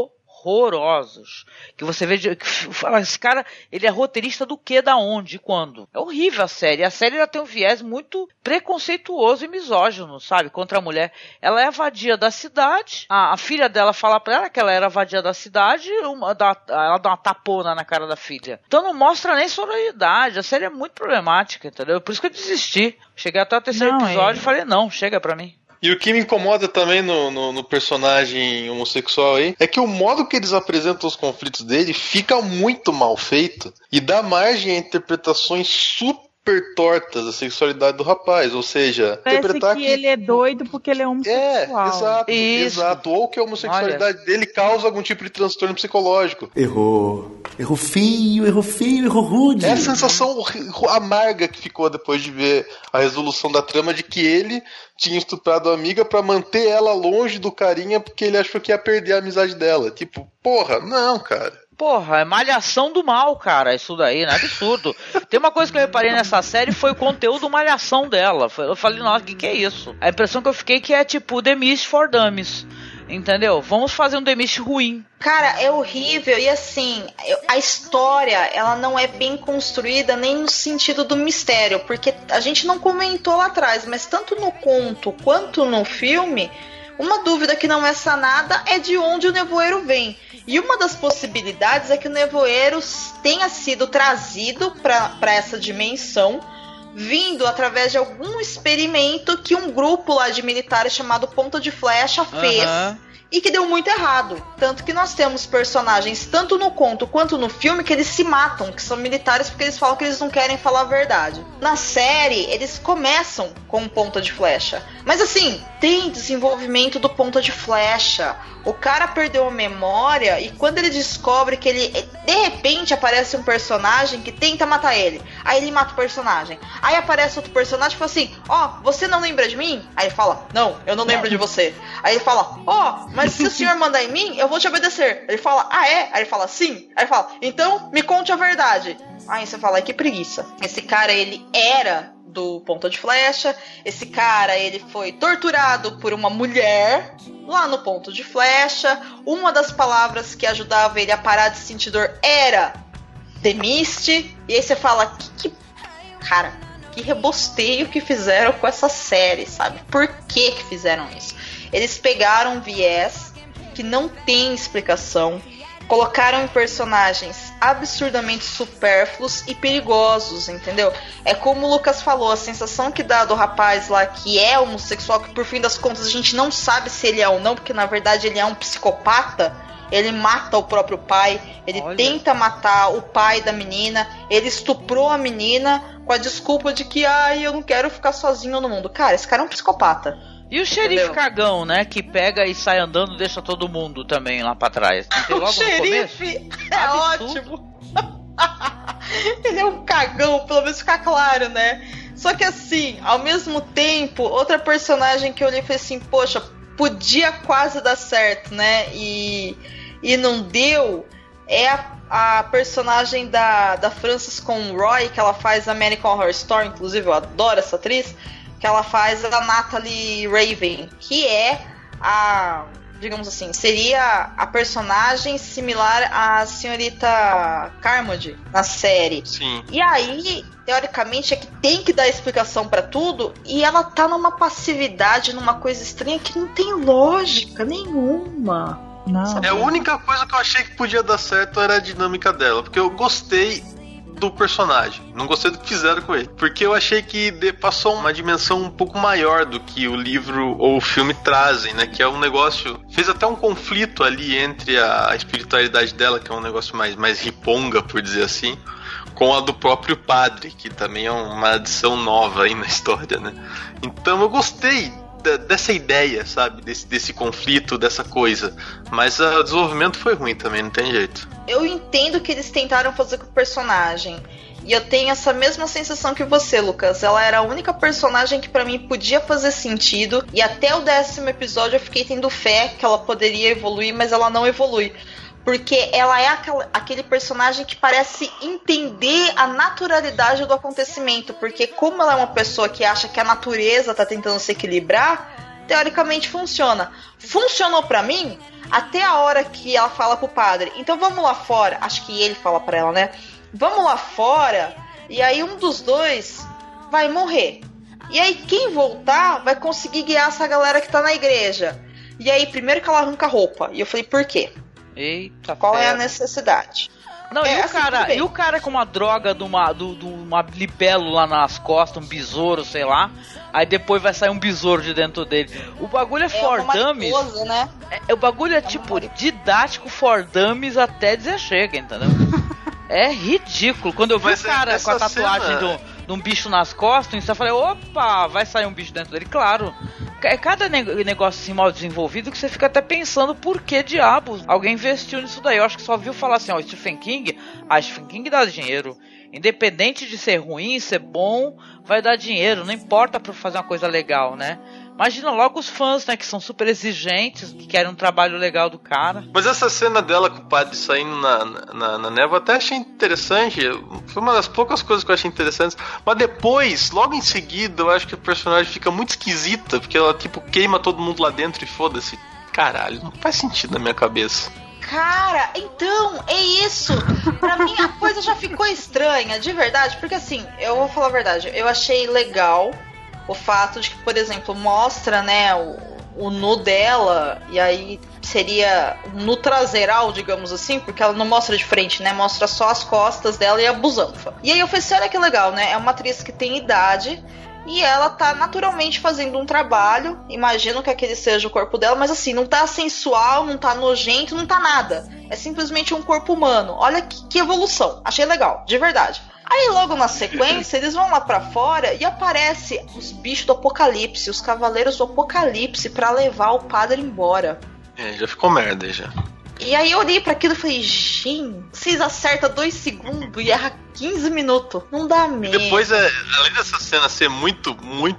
horrorosos, que você vê, que fala, esse cara, ele é roteirista do que, da onde, quando? É horrível a série ela tem um viés muito preconceituoso e misógino, sabe, contra a mulher. Ela é a vadia da cidade, a filha dela fala pra ela que ela era a vadia da cidade, ela dá uma tapona na cara da filha. Então não mostra nem sororidade, a série é muito problemática, entendeu? Por isso que eu desisti. Cheguei até o terceiro episódio e falei, não, chega pra mim. E o que me incomoda também no personagem homossexual aí é que o modo que eles apresentam os conflitos dele fica muito mal feito e dá margem a interpretações super tortas da sexualidade do rapaz, ou seja, parece interpretar que ele é doido porque ele é homossexual. Exato, ou que a homossexualidade dele causa algum tipo de transtorno psicológico. Errou feio, errou rude. É a sensação amarga que ficou depois de ver a resolução da trama de que ele tinha estuprado a amiga pra manter ela longe do carinha porque ele achou que ia perder a amizade dela. Tipo, porra, não, cara. Porra, é malhação do mal, cara, isso daí, né? Absurdo. Tem uma coisa que eu reparei nessa série, foi o conteúdo malhação dela. Eu falei, nossa, o que é isso? A impressão que eu fiquei que é tipo The Mist for Dummies. Entendeu? Vamos fazer um The Mist ruim. Cara, é horrível. E assim, a história, ela não é bem construída nem no sentido do mistério. Porque a gente não comentou lá atrás, mas tanto no conto quanto no filme, uma dúvida que não é sanada é de onde o nevoeiro vem. E uma das possibilidades é que o nevoeiro tenha sido trazido para essa dimensão, vindo através de algum experimento que um grupo lá de militares chamado Ponta de Flecha fez. e que deu muito errado. Tanto que nós temos personagens, tanto no conto quanto no filme, que eles se matam, que são militares porque eles falam que eles não querem falar a verdade. Na série, eles começam com ponta de flecha. Mas assim, tem desenvolvimento do ponta de flecha. O cara perdeu a memória e quando ele descobre que ele... De repente aparece um personagem que tenta matar ele. Aí ele mata o personagem. Aí aparece outro personagem e fala assim, você não lembra de mim? Aí ele fala, não, eu não lembro de você. Aí ele fala, mas se o senhor mandar em mim, eu vou te obedecer. Ele fala, é? Aí ele fala, sim. Aí ele fala, então me conte a verdade. Aí você fala, que preguiça. Esse cara, ele era do ponta de flecha. Esse cara, ele foi torturado por uma mulher lá no ponto de flecha. Uma das palavras que ajudava ele a parar de sentir dor era The Mist. E aí você fala, cara, que rebosteio que fizeram com essa série, sabe? Por que fizeram isso? Eles pegaram um viés que não tem explicação, colocaram em personagens absurdamente supérfluos e perigosos, entendeu? É como o Lucas falou, a sensação que dá do rapaz lá que é homossexual, que por fim das contas a gente não sabe se ele é ou não, porque na verdade ele é um psicopata. Ele mata o próprio pai, ele tenta matar o pai da menina, ele estuprou a menina com a desculpa de que eu não quero ficar sozinho no mundo. Cara, esse cara é um psicopata. E o xerife cagão, né? Que pega e sai andando e deixa todo mundo também lá pra trás. O xerife é ótimo. Ele é um cagão, pelo menos ficar claro, né? Só que assim, ao mesmo tempo, outra personagem que eu olhei e falei assim, poxa, podia quase dar certo, né? E não deu. É a personagem da Frances Conroy, que ela faz American Horror Story, inclusive eu adoro essa atriz, que ela faz a Natalie Raven, que é digamos assim, seria a personagem similar à senhorita Carmody na série. Sim. E aí, teoricamente, é que tem que dar explicação pra tudo, e ela tá numa passividade, numa coisa estranha que não tem lógica nenhuma. Não. A única coisa que eu achei que podia dar certo era a dinâmica dela, porque eu gostei do personagem, não gostei do que fizeram com ele, porque eu achei que passou uma dimensão um pouco maior do que o livro ou o filme trazem, né, que é um negócio, fez até um conflito ali entre a espiritualidade dela, que é um negócio mais riponga, por dizer assim, com a do próprio padre, que também é uma adição nova aí na história, né. Então eu gostei dessa ideia, sabe, desse conflito, dessa coisa, mas o desenvolvimento foi ruim também, não tem jeito. Eu entendo o que eles tentaram fazer com o personagem, e eu tenho essa mesma sensação que você, Lucas. Ela era a única personagem que pra mim podia fazer sentido, e até o 10º episódio eu fiquei tendo fé que ela poderia evoluir, mas ela não evolui. Porque ela é aquele personagem que parece entender a naturalidade do acontecimento. Porque como ela é uma pessoa que acha que a natureza tá tentando se equilibrar, teoricamente funciona. Funcionou pra mim até a hora que ela fala pro padre, então vamos lá fora. Acho que ele fala pra ela, né? Vamos lá fora, e aí um dos dois vai morrer. E aí quem voltar vai conseguir guiar essa galera que tá na igreja. E aí primeiro que ela arranca a roupa. E eu falei, por quê? Eita, qual é a necessidade? Não, e o cara com uma droga de uma libelo lá nas costas, um besouro, sei lá. Aí depois vai sair um besouro de dentro dele. O bagulho é for dummies, né? O bagulho é tipo didático for dummies até dizer chega, entendeu? É ridículo. Quando eu vi o cara com a tatuagem de um bicho nas costas, eu falei, opa, vai sair um bicho dentro dele. Claro. É cada negócio assim mal desenvolvido que você fica até pensando por que diabos alguém investiu nisso daí. Eu acho que só viu falar assim, Stephen King, Stephen King dá dinheiro. Independente de ser ruim, ser bom, vai dar dinheiro. Não importa pra fazer uma coisa legal, né? Imagina logo os fãs, né, que são super exigentes, que querem um trabalho legal do cara. Mas essa cena dela com o padre saindo na névoa, até achei interessante. Foi uma das poucas coisas que eu achei interessantes. Mas depois, logo em seguida, eu acho que o personagem fica muito esquisita, porque ela, tipo, queima todo mundo lá dentro e foda-se. Caralho, não faz sentido na minha cabeça. Cara, então, é isso. Pra mim a coisa já ficou estranha, de verdade. Porque assim, eu vou falar a verdade, eu achei legal o fato de que, por exemplo, mostra, né, o nu dela, e aí seria um nu traseiral, digamos assim, porque ela não mostra de frente, né, mostra só as costas dela e a busanfa. E aí eu falei assim, olha que legal, né, é uma atriz que tem idade, e ela tá naturalmente fazendo um trabalho. Imagino que aquele seja o corpo dela, mas assim, não tá sensual, não tá nojento, não tá nada. É simplesmente um corpo humano. Olha que evolução. Achei legal, de verdade. Aí logo na sequência, eles vão lá pra fora e aparece os bichos do apocalipse, os cavaleiros do apocalipse, pra levar o padre embora. Já ficou merda, já. E aí eu olhei pra aquilo e falei, gente, vocês acertam 2 segundos e erra 15 minutos. Não dá mesmo. Depois, além dessa cena ser muito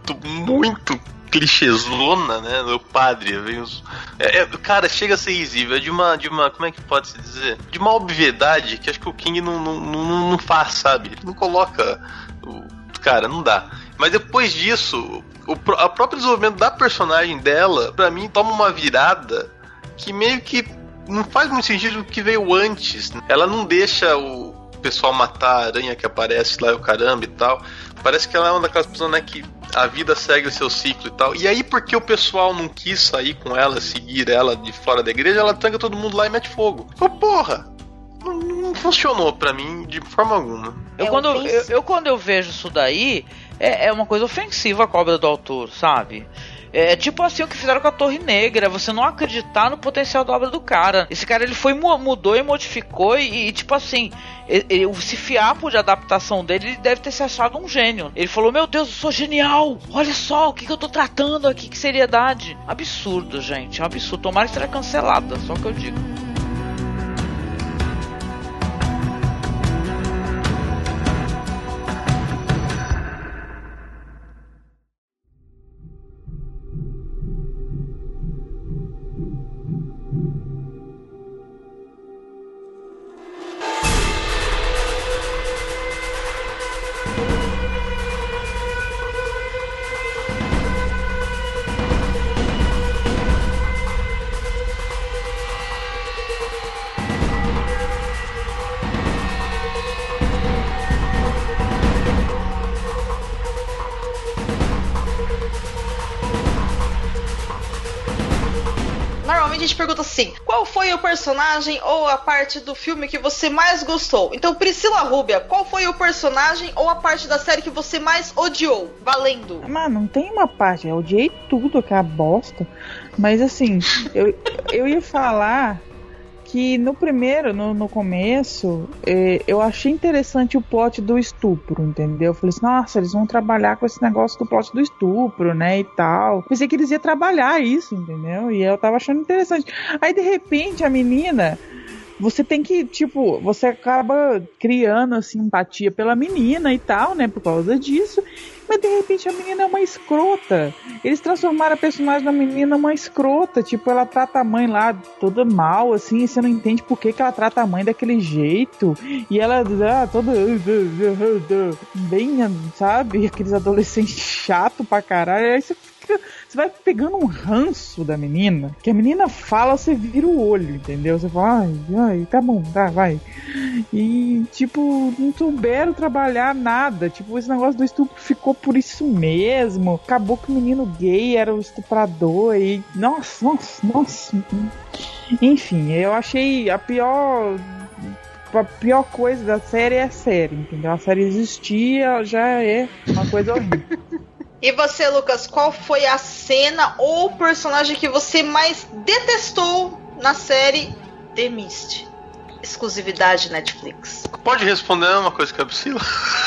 clichêzona, né, do padre, vem os... cara, chega a ser risível, é de uma, como é que pode se dizer? De uma obviedade que acho que o King não faz, sabe? Ele não coloca cara, não dá. Mas depois disso, o próprio desenvolvimento da personagem dela, pra mim, toma uma virada que meio que não faz muito sentido o que veio antes. Ela não deixa o pessoal matar a aranha que aparece lá, o caramba e tal. Parece que ela é uma daquelas pessoas, né, que a vida segue o seu ciclo e tal. E aí, porque o pessoal não quis sair com ela, seguir ela de fora da igreja, ela tranca todo mundo lá e mete fogo. Oh, porra! Não funcionou pra mim de forma alguma. Quando eu vejo isso daí, é uma coisa ofensiva a cobra do autor, sabe? É tipo assim o que fizeram com a Torre Negra, você não acreditar no potencial da obra do cara. Esse cara, ele foi, mudou e modificou e tipo assim, esse fiapo de adaptação dele, ele deve ter se achado um gênio. Ele falou, meu Deus, eu sou genial, olha só o que eu tô tratando aqui, que seriedade. Absurdo, gente, é um absurdo. Tomara que será cancelada, só o que eu digo. Normalmente a gente pergunta assim, qual foi o personagem ou a parte do filme que você mais gostou? Então, Priscila Rúbia, qual foi o personagem ou a parte da série que você mais odiou? Valendo! Mano, não tem uma parte, eu odiei tudo, aquela bosta. Mas assim, eu ia falar que no primeiro, no começo, eu achei interessante o plot do estupro, entendeu? Eu falei assim, nossa, eles vão trabalhar com esse negócio do plot do estupro, né, e tal. Pensei que eles iam trabalhar isso, entendeu? E eu tava achando interessante. Aí, de repente, a menina... Você tem que, tipo, você acaba criando, assim, empatia pela menina e tal, né, por causa disso, mas de repente a menina é uma escrota. Eles transformaram a personagem da menina numa escrota, tipo, ela trata a mãe lá toda mal, assim, e você não entende por que ela trata a mãe daquele jeito, e ela, toda bem, sabe, aqueles adolescentes chatos pra caralho, aí você vai pegando um ranço da menina, que a menina fala, você vira o olho, entendeu? Você fala, ai, tá bom, tá, vai. E, tipo, não souberam trabalhar nada. Tipo, esse negócio do estupro ficou por isso mesmo. Acabou que o menino gay era o estuprador e... Nossa. Enfim, eu achei a pior coisa da série é a série, entendeu? A série existia, já é uma coisa horrível. E você, Lucas, qual foi a cena ou personagem que você mais detestou na série The Mist? Exclusividade Netflix. Pode responder uma coisa que é possível?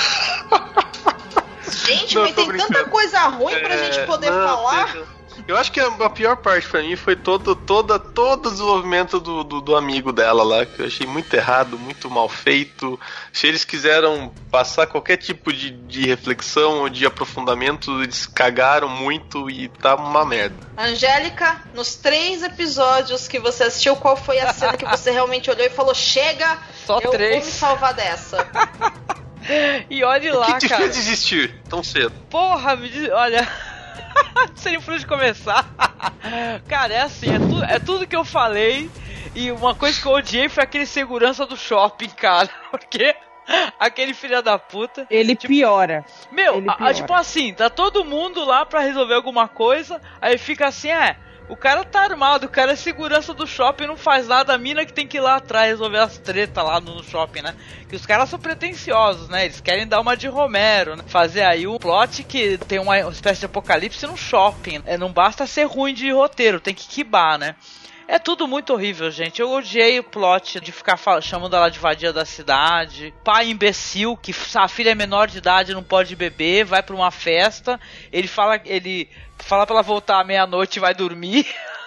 Gente, mas tem tanta coisa ruim pra gente poder falar. Eu acho que a pior parte pra mim foi todo o desenvolvimento do amigo dela lá, que eu achei muito errado, muito mal feito. Se eles quiseram passar qualquer tipo de reflexão ou de aprofundamento, eles cagaram muito e tá uma merda. Angélica, nos 3 episódios que você assistiu, qual foi a cena que você realmente olhou e falou, chega, só eu 3. vou me salvar dessa? E olhe lá, cara. O que te fez desistir tão cedo? Porra, olha... Não sei nem por onde começar. Cara, é assim, é tudo que eu falei. E uma coisa que eu odiei foi aquele segurança do shopping, cara. Porque aquele filho da puta... Ele piora. Meu, tipo assim, tá todo mundo lá pra resolver alguma coisa. Aí fica assim, O cara tá armado, o cara é segurança do shopping, não faz nada, a mina que tem que ir lá atrás resolver as tretas lá no shopping, né? Que os caras são pretensiosos, né? Eles querem dar uma de Romero, né? Fazer aí um plot que tem uma espécie de apocalipse no shopping. Não basta ser ruim de roteiro, tem que quibar, né? É tudo muito horrível, gente. Eu odiei o plot de ficar chamando ela de vadia da cidade. Pai imbecil, que a filha é menor de idade, não pode beber, vai pra uma festa. Ele fala pra ela voltar à meia-noite e vai dormir.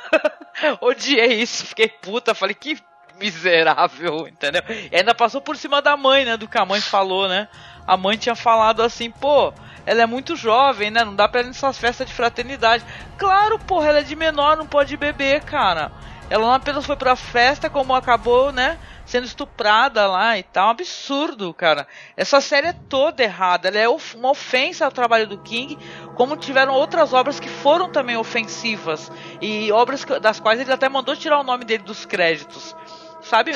Odiei isso, fiquei puta. Falei, que miserável, entendeu? E ainda passou por cima da mãe, né? Do que a mãe falou, né? A mãe tinha falado assim, pô, ela é muito jovem, né? Não dá pra ir nessas festas de fraternidade. Claro, porra, ela é de menor, não pode beber, cara. Ela não apenas foi pra festa, como acabou, né, sendo estuprada lá e tal. Um absurdo, cara. Essa série é toda errada. Ela é uma ofensa ao trabalho do King, como tiveram outras obras que foram também ofensivas. E obras das quais ele até mandou tirar o nome dele dos créditos. Sabe,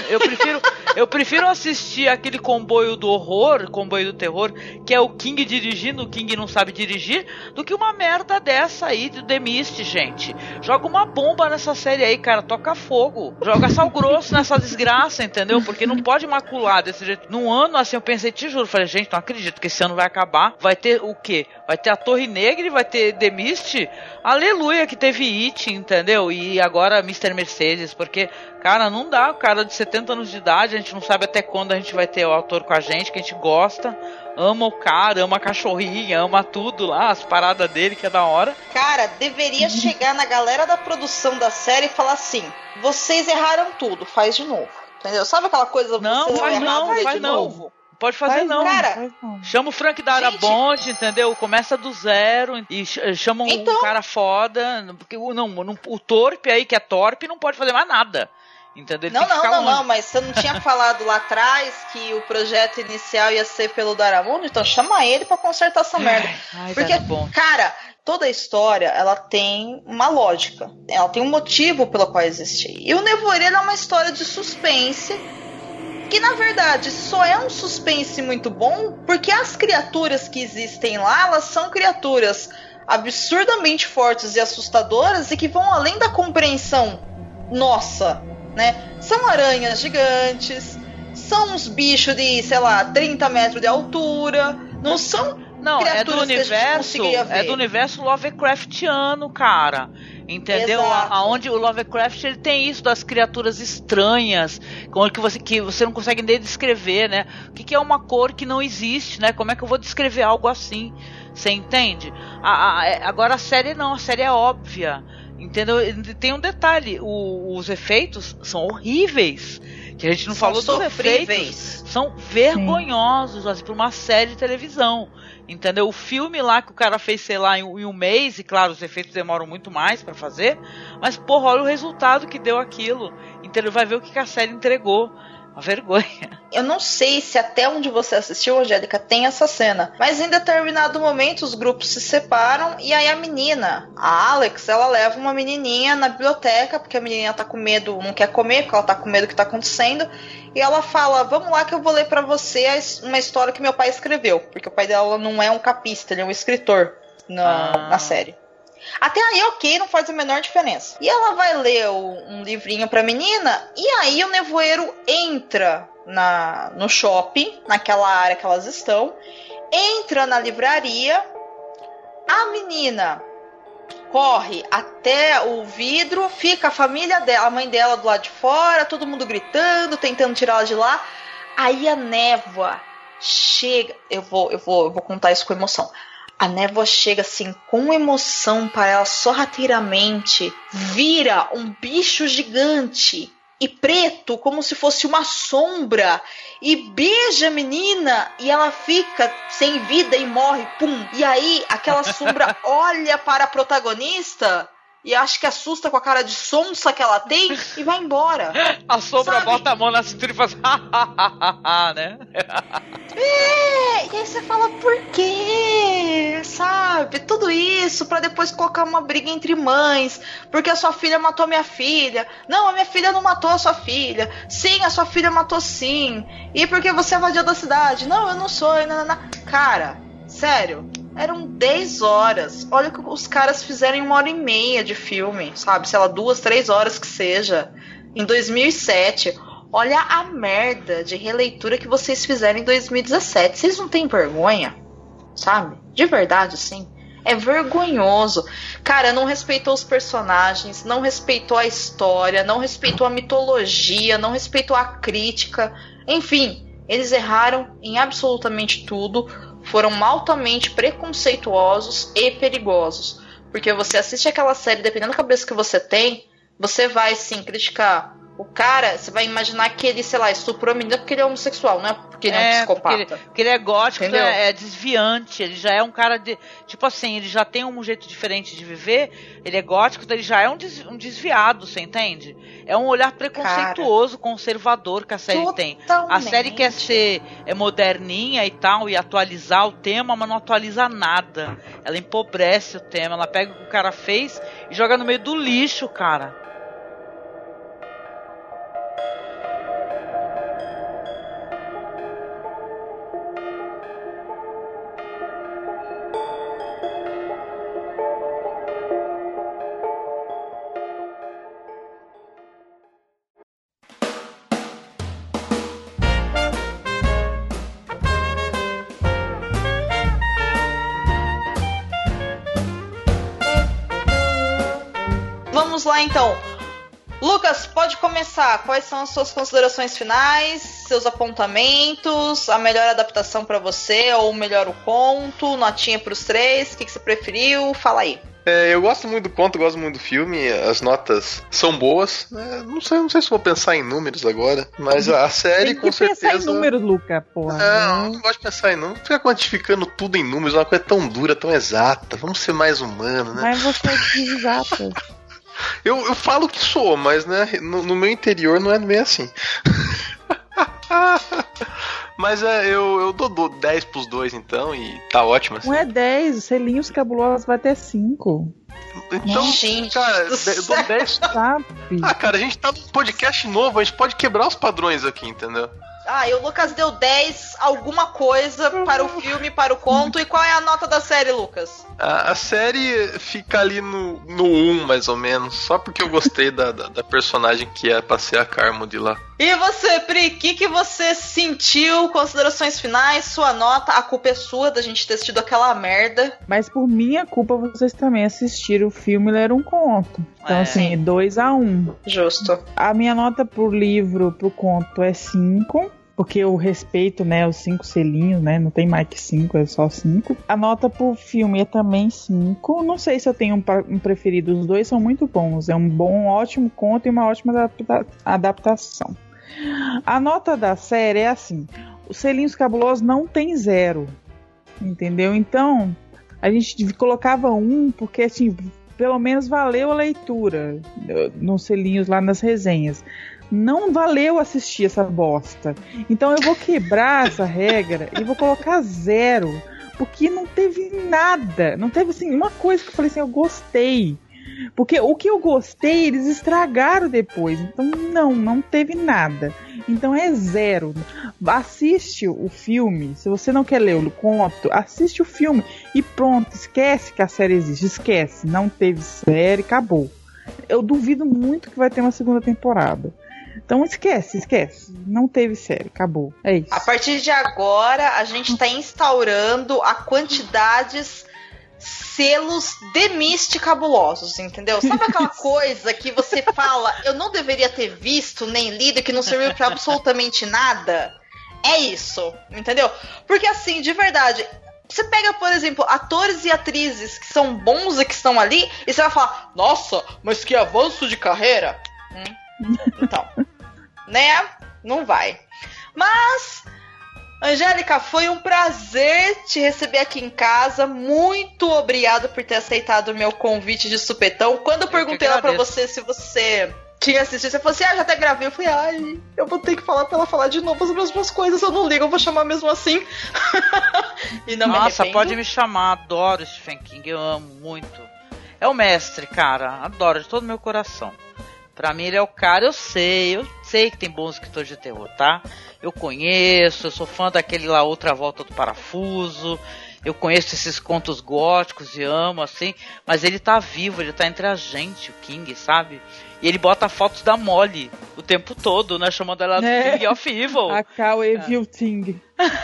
eu prefiro assistir aquele Comboio do Horror, Comboio do Terror, que é o King dirigindo, o King não sabe dirigir, do que uma merda dessa aí do The Mist, gente. Joga uma bomba nessa série aí, cara, toca fogo. Joga sal grosso nessa desgraça, entendeu? Porque não pode macular desse jeito. Num ano, assim, eu pensei, te juro, falei, gente, não acredito que esse ano vai acabar. Vai ter o quê? Vai ter a Torre Negra e vai ter The Mist? Aleluia que teve It, entendeu? E agora Mr. Mercedes, porque, cara, não dá, cara de 70 anos de idade, a gente não sabe até quando a gente vai ter o autor com a gente, que a gente gosta, ama o cara, ama a cachorrinha, ama tudo lá, as paradas dele, que é da hora. Cara, deveria chegar na galera da produção da série e falar assim, vocês erraram tudo, faz de novo, entendeu? Sabe aquela coisa, não, faz de não. Novo? Pode fazer não. Cara, chama o Frank Darabont, entendeu? Começa do zero e chama um cara foda, porque o Torpe aí, que é torpe, não pode fazer mais nada. Entendeu? Não, mas você não tinha falado lá atrás que o projeto inicial ia ser pelo Darabont? Então chama ele pra consertar essa merda. Porque, cara, toda a história, ela tem uma lógica. Ela tem um motivo pelo qual existir. E o Nevoeiro é uma história de suspense, que na verdade só é um suspense muito bom porque as criaturas que existem lá, elas são criaturas absurdamente fortes e assustadoras e que vão além da compreensão nossa, né? São aranhas gigantes, são uns bichos de, sei lá, 30 metros de altura, não são criaturas que a gente conseguiria ver. É do universo Lovecraftiano, cara. Entendeu? Aonde o Lovecraft ele tem isso das criaturas estranhas, que você não consegue nem descrever, né? O que é uma cor que não existe, né? Como é que eu vou descrever algo assim? Você entende? Agora a série não, a série é óbvia. Entendeu? Tem um detalhe, os efeitos são horríveis. Que a gente não falou dos efeitos. São vergonhosos, assim, para uma série de televisão. Entendeu? O filme lá que o cara fez, sei lá, em um mês, e claro, os efeitos demoram muito mais pra fazer, mas, porra, olha o resultado que deu aquilo. Entendeu? Vai ver o que a série entregou. Uma vergonha. Eu não sei se até onde você assistiu, Angélica, tem essa cena, mas em determinado momento os grupos se separam e aí a menina, a Alex, ela leva uma menininha na biblioteca, porque a menininha tá com medo, não quer comer, porque ela tá com medo do que tá acontecendo, e ela fala, vamos lá que eu vou ler pra você uma história que meu pai escreveu, porque o pai dela não é um capista, ele é um escritor na série. Até aí, ok, não faz a menor diferença. E ela vai ler um livrinho pra menina, e aí o Nevoeiro entra no shopping, naquela área que elas estão, entra na livraria, a menina corre até o vidro, fica a família dela, a mãe dela do lado de fora, todo mundo gritando, tentando tirá-la de lá. Aí a névoa chega, eu vou contar isso com emoção. A névoa chega assim com emoção para ela sorrateiramente, vira um bicho gigante e preto, como se fosse uma sombra, e beija a menina e ela fica sem vida e morre, pum. E aí aquela sombra olha para a protagonista e acho que assusta com a cara de sonsa que ela tem e vai embora. A sombra bota a mão na cintura e faz né? E aí você fala, por quê? Sabe? Tudo isso pra depois colocar uma briga entre mães, porque a sua filha matou a minha filha. Não, a minha filha não matou a sua filha. Sim, a sua filha matou sim. E porque você evadiu da cidade. Não, eu não sou. Cara, sério. eram 10 horas. Olha o que os caras fizeram em 1h30 de filme, sabe? Sei lá, 2, 3 horas que seja. Em 2007. Olha a merda de releitura que vocês fizeram em 2017. Vocês não têm vergonha? Sabe? De verdade, assim. É vergonhoso. Cara, não respeitou os personagens, não respeitou a história, não respeitou a mitologia, não respeitou a crítica. Enfim, eles erraram em absolutamente tudo. Foram altamente preconceituosos e perigosos. Porque você assiste aquela série, dependendo da cabeça que você tem, você vai, sim, criticar o cara, você vai imaginar que ele, sei lá, estuprou a menina porque ele é homossexual, não é porque ele é um psicopata. Porque ele é gótico, é desviante, ele já é um cara de... Tipo assim, ele já tem um jeito diferente de viver, ele é gótico, então ele já é um desviado, você entende? É um olhar preconceituoso, conservador que a série tem. A série quer ser moderninha e tal, e atualizar o tema, mas não atualiza nada. Ela empobrece o tema, ela pega o que o cara fez e joga no meio do lixo, cara. Vamos lá, então. Lucas, pode começar. Quais são as suas considerações finais, seus apontamentos, a melhor adaptação pra você, ou melhor o conto, notinha pros 3, o que você preferiu? Fala aí. Eu gosto muito do conto, gosto muito do filme, as notas são boas. Não sei se vou pensar em números agora, mas a série com certeza... Tem que pensar em números, Luca, porra. Não gosto de pensar em números. Ficar quantificando tudo em números é uma coisa tão dura, tão exata. Vamos ser mais humanos, né? Mas você é exata. Eu falo que sou, mas né, no meu interior não é bem assim. Mas eu dou 10 pros dois então, e tá ótimo assim. Não é 10, os selinhos cabulosos vai ter 5. Então, gente, cara, eu dou 10. Sabe? Cara, a gente tá num podcast novo, a gente pode quebrar os padrões aqui, entendeu? E o Lucas deu 10 alguma coisa para o filme, para o conto. E qual é a nota da série, Lucas? A série fica ali no 1, mais ou menos. Só porque eu gostei da personagem que é pra ser a Carmo de lá. E você, Pri, o que você sentiu? Considerações finais, sua nota? A culpa é sua da gente ter assistido aquela merda. Mas por minha culpa, vocês também assistiram o filme e leram um conto. Então, assim, 2-1. Justo. A minha nota pro livro, pro conto, é 5. Porque eu respeito, né, os 5 selinhos, né, não tem mais que 5, é só 5. A nota pro filme é também 5. Não sei se eu tenho um preferido, os dois são muito bons. É um bom, ótimo conto e uma ótima adaptação. A nota da série é assim, os selinhos cabulosos não tem 0, entendeu? Então, a gente colocava 1 porque, assim, pelo menos valeu a leitura nos selinhos lá nas resenhas. Não valeu assistir essa bosta. Então eu vou quebrar essa regra e vou colocar 0. Porque não teve nada. Não teve assim uma coisa que eu falei assim, eu gostei. Porque o que eu gostei, eles estragaram depois. Então não teve nada. Então é 0. Assiste o filme. Se você não quer ler o conto, assiste o filme e pronto. Esquece que a série existe. Esquece. Não teve série, acabou. Eu duvido muito que vai ter uma segunda temporada. Então esquece. Não teve série, acabou. É isso. A partir de agora, a gente tá instaurando a quantidades selos demiste cabulosos, entendeu? Sabe aquela coisa que você fala, eu não deveria ter visto nem lido, que não serviu pra absolutamente nada? É isso, entendeu? Porque assim, de verdade, você pega, por exemplo, atores e atrizes que são bons e que estão ali, e você vai falar, nossa, mas que avanço de carreira. Então, né? Não vai. Mas, Angélica, foi um prazer te receber aqui em casa. Muito obrigado por ter aceitado o meu convite de supetão. Quando eu perguntei lá pra você se você tinha assistido, você falou assim, já até gravei. Eu falei, eu vou ter que falar pra ela falar de novo as mesmas coisas. Eu não ligo, eu vou chamar mesmo assim. E não me arrependo. Pode me chamar, adoro Stephen King, eu amo muito. É o mestre, cara, adoro de todo o meu coração. Pra mim ele é o cara, eu sei que tem bons escritores de terror, tá? Eu conheço, eu sou fã daquele lá Outra Volta do Parafuso, eu conheço esses contos góticos e amo, assim, mas ele tá vivo, ele tá entre a gente, o King, sabe? E ele bota fotos da Molly o tempo todo, né? Chamando ela de King of Evil. A Cow Evil Thing.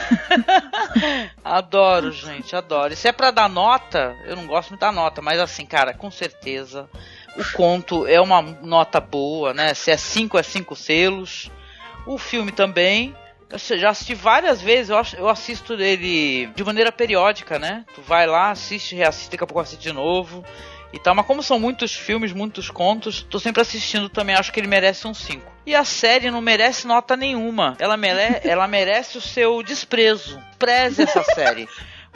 Adoro, gente, adoro. E se é pra dar nota, eu não gosto muito da nota, mas assim, cara, com certeza o conto é uma nota boa, né? Se é 5, é 5 selos. O filme também. Eu já assisti várias vezes, eu assisto ele de maneira periódica, né? Tu vai lá, assiste, reassiste, daqui a pouco assiste de novo e tal. Mas como são muitos filmes, muitos contos, tô sempre assistindo também, acho que ele merece um 5. E a série não merece nota nenhuma. Ela merece o seu desprezo. Preze essa série.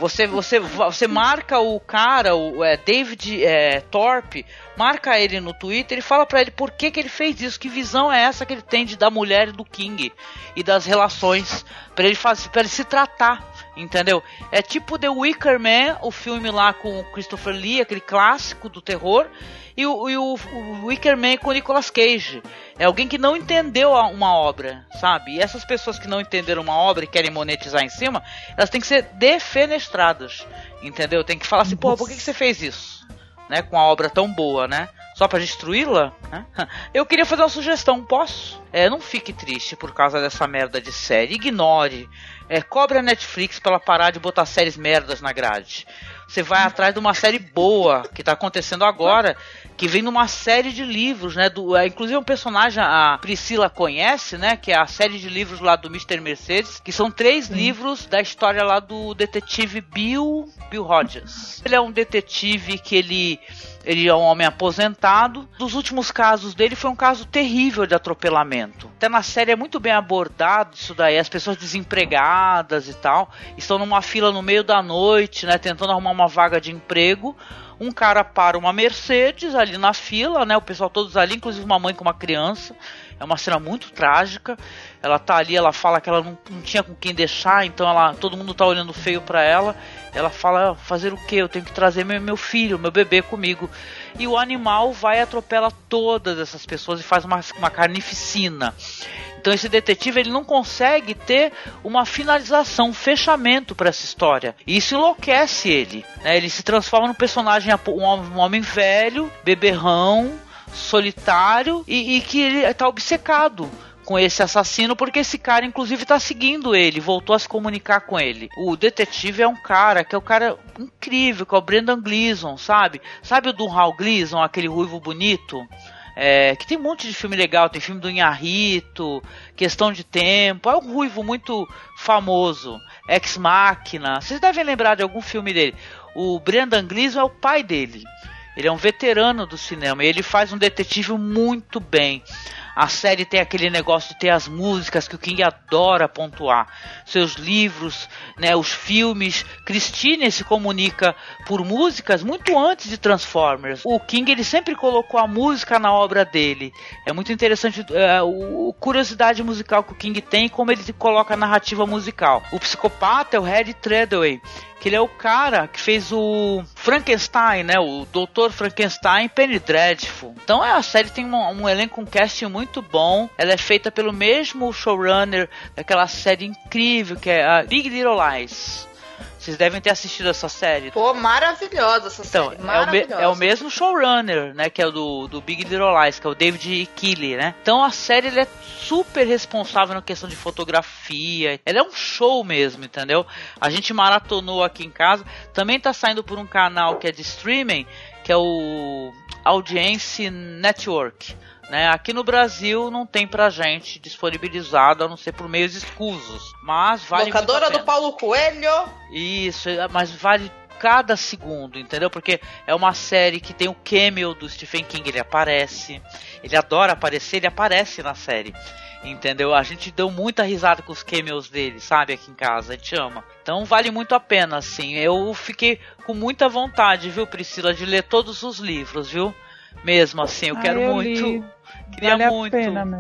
Você marca o cara, o David Thorpe, marca ele no Twitter e fala pra ele por que ele fez isso, que visão é essa que ele tem da mulher e do King e das relações, pra ele se tratar, entendeu? É tipo The Wicker Man, o filme lá com o Christopher Lee, aquele clássico do terror, e o Wicker Man com o Nicolas Cage. É alguém que não entendeu uma obra, sabe? E essas pessoas que não entenderam uma obra e querem monetizar em cima, elas têm que ser defenestradas, entendeu? Tem que falar assim, porra, por que você fez isso? Né? Com uma obra tão boa, né? Só pra destruí-la? Né? Eu queria fazer uma sugestão, posso? Não fique triste por causa dessa merda de série. Ignore. Cobre a Netflix pra ela parar de botar séries merdas na grade. Você vai atrás de uma série boa que tá acontecendo agora, que vem numa série de livros, né? Inclusive um personagem a Priscila conhece, né? Que é a série de livros lá do Mr. Mercedes, que são 3 livros da história lá do detetive Bill Hodges. Ele é um detetive que ele é um homem aposentado. Dos últimos casos dele foi um caso terrível de atropelamento. Até na série é muito bem abordado isso daí. As pessoas desempregadas e tal estão numa fila no meio da noite, né? Tentando arrumar uma vaga de emprego. Um cara para uma Mercedes ali na fila, né? O pessoal todos ali, inclusive uma mãe com uma criança. É uma cena muito trágica. Ela tá ali, ela fala que ela não tinha com quem deixar, então todo mundo tá olhando feio pra ela. Ela fala, fazer o quê? Eu tenho que trazer meu filho, meu bebê comigo. E o animal vai e atropela todas essas pessoas e faz uma carnificina. Então esse detetive ele não consegue ter uma finalização, um fechamento para essa história. E isso enlouquece ele, né? Ele se transforma num personagem, um homem velho, beberrão, solitário e que ele está obcecado com esse assassino, porque esse cara inclusive tá seguindo ele, voltou a se comunicar com ele. O detetive é um cara que é um cara incrível, que é o Brendan Gleeson, sabe? Sabe o Dunhal Gleeson, aquele ruivo bonito? Que tem um monte de filme legal, tem filme do Inharrito, Questão de Tempo, é um ruivo muito famoso, Ex Machina, vocês devem lembrar de algum filme dele. O Brendan Gleeson é o pai dele, ele é um veterano do cinema e ele faz um detetive muito bem. A série tem aquele negócio de ter as músicas que o King adora pontuar. Seus livros, né, os filmes. Christine se comunica por músicas muito antes de Transformers. O King ele sempre colocou a música na obra dele. É muito interessante a curiosidade musical que o King tem e como ele coloca a narrativa musical. O psicopata é o Harry Treadway, que ele é o cara que fez o Frankenstein, né? O Dr. Frankenstein, Penny Dreadful. Então a série tem um elenco, um casting muito bom. Ela é feita pelo mesmo showrunner daquela série incrível que é a Big Little Lies. Vocês devem ter assistido essa série. Pô, maravilhosa essa série. Então, é o mesmo showrunner, né? Que é o do Big Little Lies, que é o David Keeley, né? Então a série ele é super responsável na questão de fotografia. Ela é um show mesmo, entendeu? A gente maratonou aqui em casa. Também tá saindo por um canal que é de streaming, que é o Audience Network. Né? Aqui no Brasil não tem pra gente disponibilizado, a não ser por meios escusos. Mas vale locadora muito a pena. Do Paulo Coelho. Isso, mas vale cada segundo, entendeu? Porque é uma série que tem o cameo do Stephen King, ele aparece. Ele adora aparecer, ele aparece na série. Entendeu? A gente deu muita risada com os cameos dele, sabe? Aqui em casa, a gente ama. Então vale muito a pena, assim. Eu fiquei com muita vontade, viu, Priscila, de ler todos os livros, viu? Mesmo assim, eu quero muito. Li. Queria vale muito. A pena, né?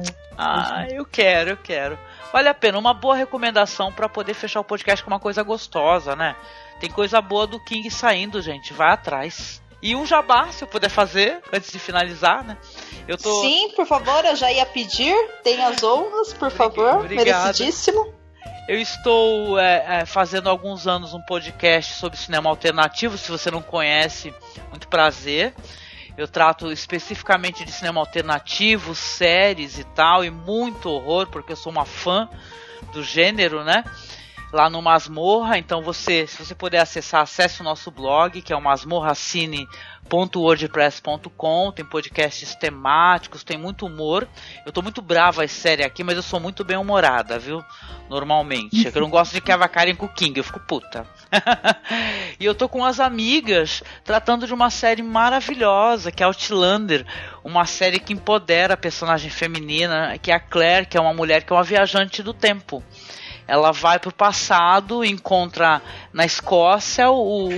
Eu quero. Vale a pena, uma boa recomendação pra poder fechar o podcast com uma coisa gostosa, né? Tem coisa boa do King saindo, gente. Vai atrás. E um jabá, se eu puder fazer, antes de finalizar, né? Sim, por favor, eu já ia pedir. Tenha as honras, por favor. Obrigado. Merecidíssimo. Eu estou fazendo há alguns anos um podcast sobre cinema alternativo. Se você não conhece, muito prazer. Eu trato especificamente de cinema alternativo, séries e tal, e muito horror, porque eu sou uma fã do gênero, né? Lá no Masmorra, então se você puder acessar, acesse o nosso blog, que é o masmorracine.wordpress.com. Tem podcasts temáticos, tem muito humor. Eu tô muito brava a série aqui, mas eu sou muito bem humorada, viu? Normalmente. Eu não gosto de cavacarem com o King, eu fico puta. E eu tô com as amigas tratando de uma série maravilhosa, que é Outlander, uma série que empodera a personagem feminina, que é a Claire, que é uma mulher que é uma viajante do tempo. Ela vai pro passado e encontra na Escócia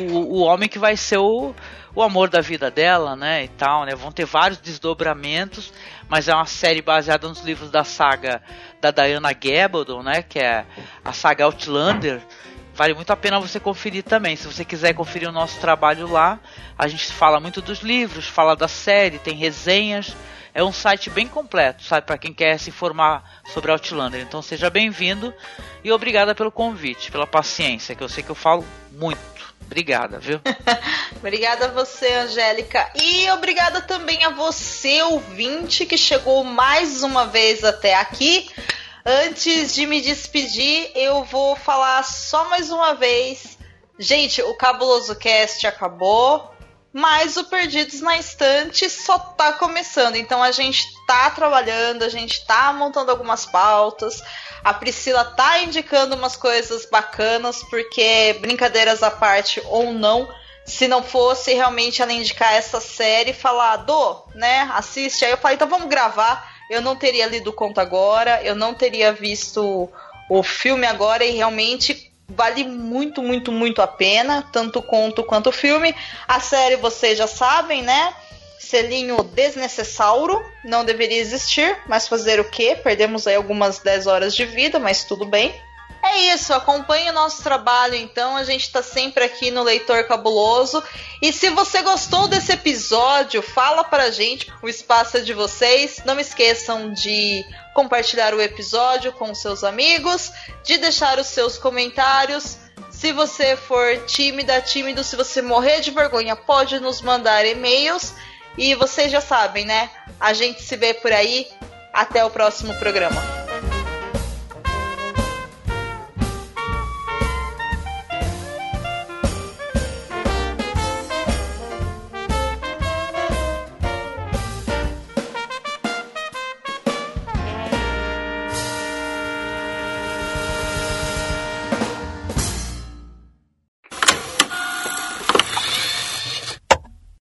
o homem que vai ser o amor da vida dela, né, e tal, né? Vão ter vários desdobramentos, mas é uma série baseada nos livros da saga da Diana Gabaldon, né, que é a saga Outlander. Vale muito a pena você conferir também. Se você quiser conferir o nosso trabalho lá, a gente fala muito dos livros, fala da série, tem resenhas. É um site bem completo, sabe, para quem quer se informar sobre Outlander. Então seja bem-vindo e obrigada pelo convite, pela paciência, que eu sei que eu falo muito. Obrigada, viu? Obrigada a você, Angélica. E obrigada também a você, ouvinte, que chegou mais uma vez até aqui. Antes de me despedir, eu vou falar só mais uma vez. Gente, o Cabuloso Cast acabou, mas o Perdidos na Estante só tá começando. Então a gente tá trabalhando, a gente tá montando algumas pautas. A Priscila tá indicando umas coisas bacanas, porque, brincadeiras à parte ou não, se não fosse realmente ela indicar essa série e falar, né, assiste. Aí eu falei, então vamos gravar. Eu não teria lido o conto agora, eu não teria visto o filme agora, e realmente vale muito, muito, muito a pena, tanto o conto quanto o filme. A série vocês já sabem, né? Selinho desnecessário, não deveria existir, mas fazer o quê? Perdemos aí algumas 10 horas de vida, mas tudo bem. É isso, acompanhe o nosso trabalho então, a gente tá sempre aqui no Leitor Cabuloso. E se você gostou desse episódio, fala pra gente, o espaço é de vocês. Não esqueçam de compartilhar o episódio com seus amigos, de deixar os seus comentários. Se você for tímido, se você morrer de vergonha, pode nos mandar e-mails. E vocês já sabem, né? A gente se vê por aí. Até o próximo programa.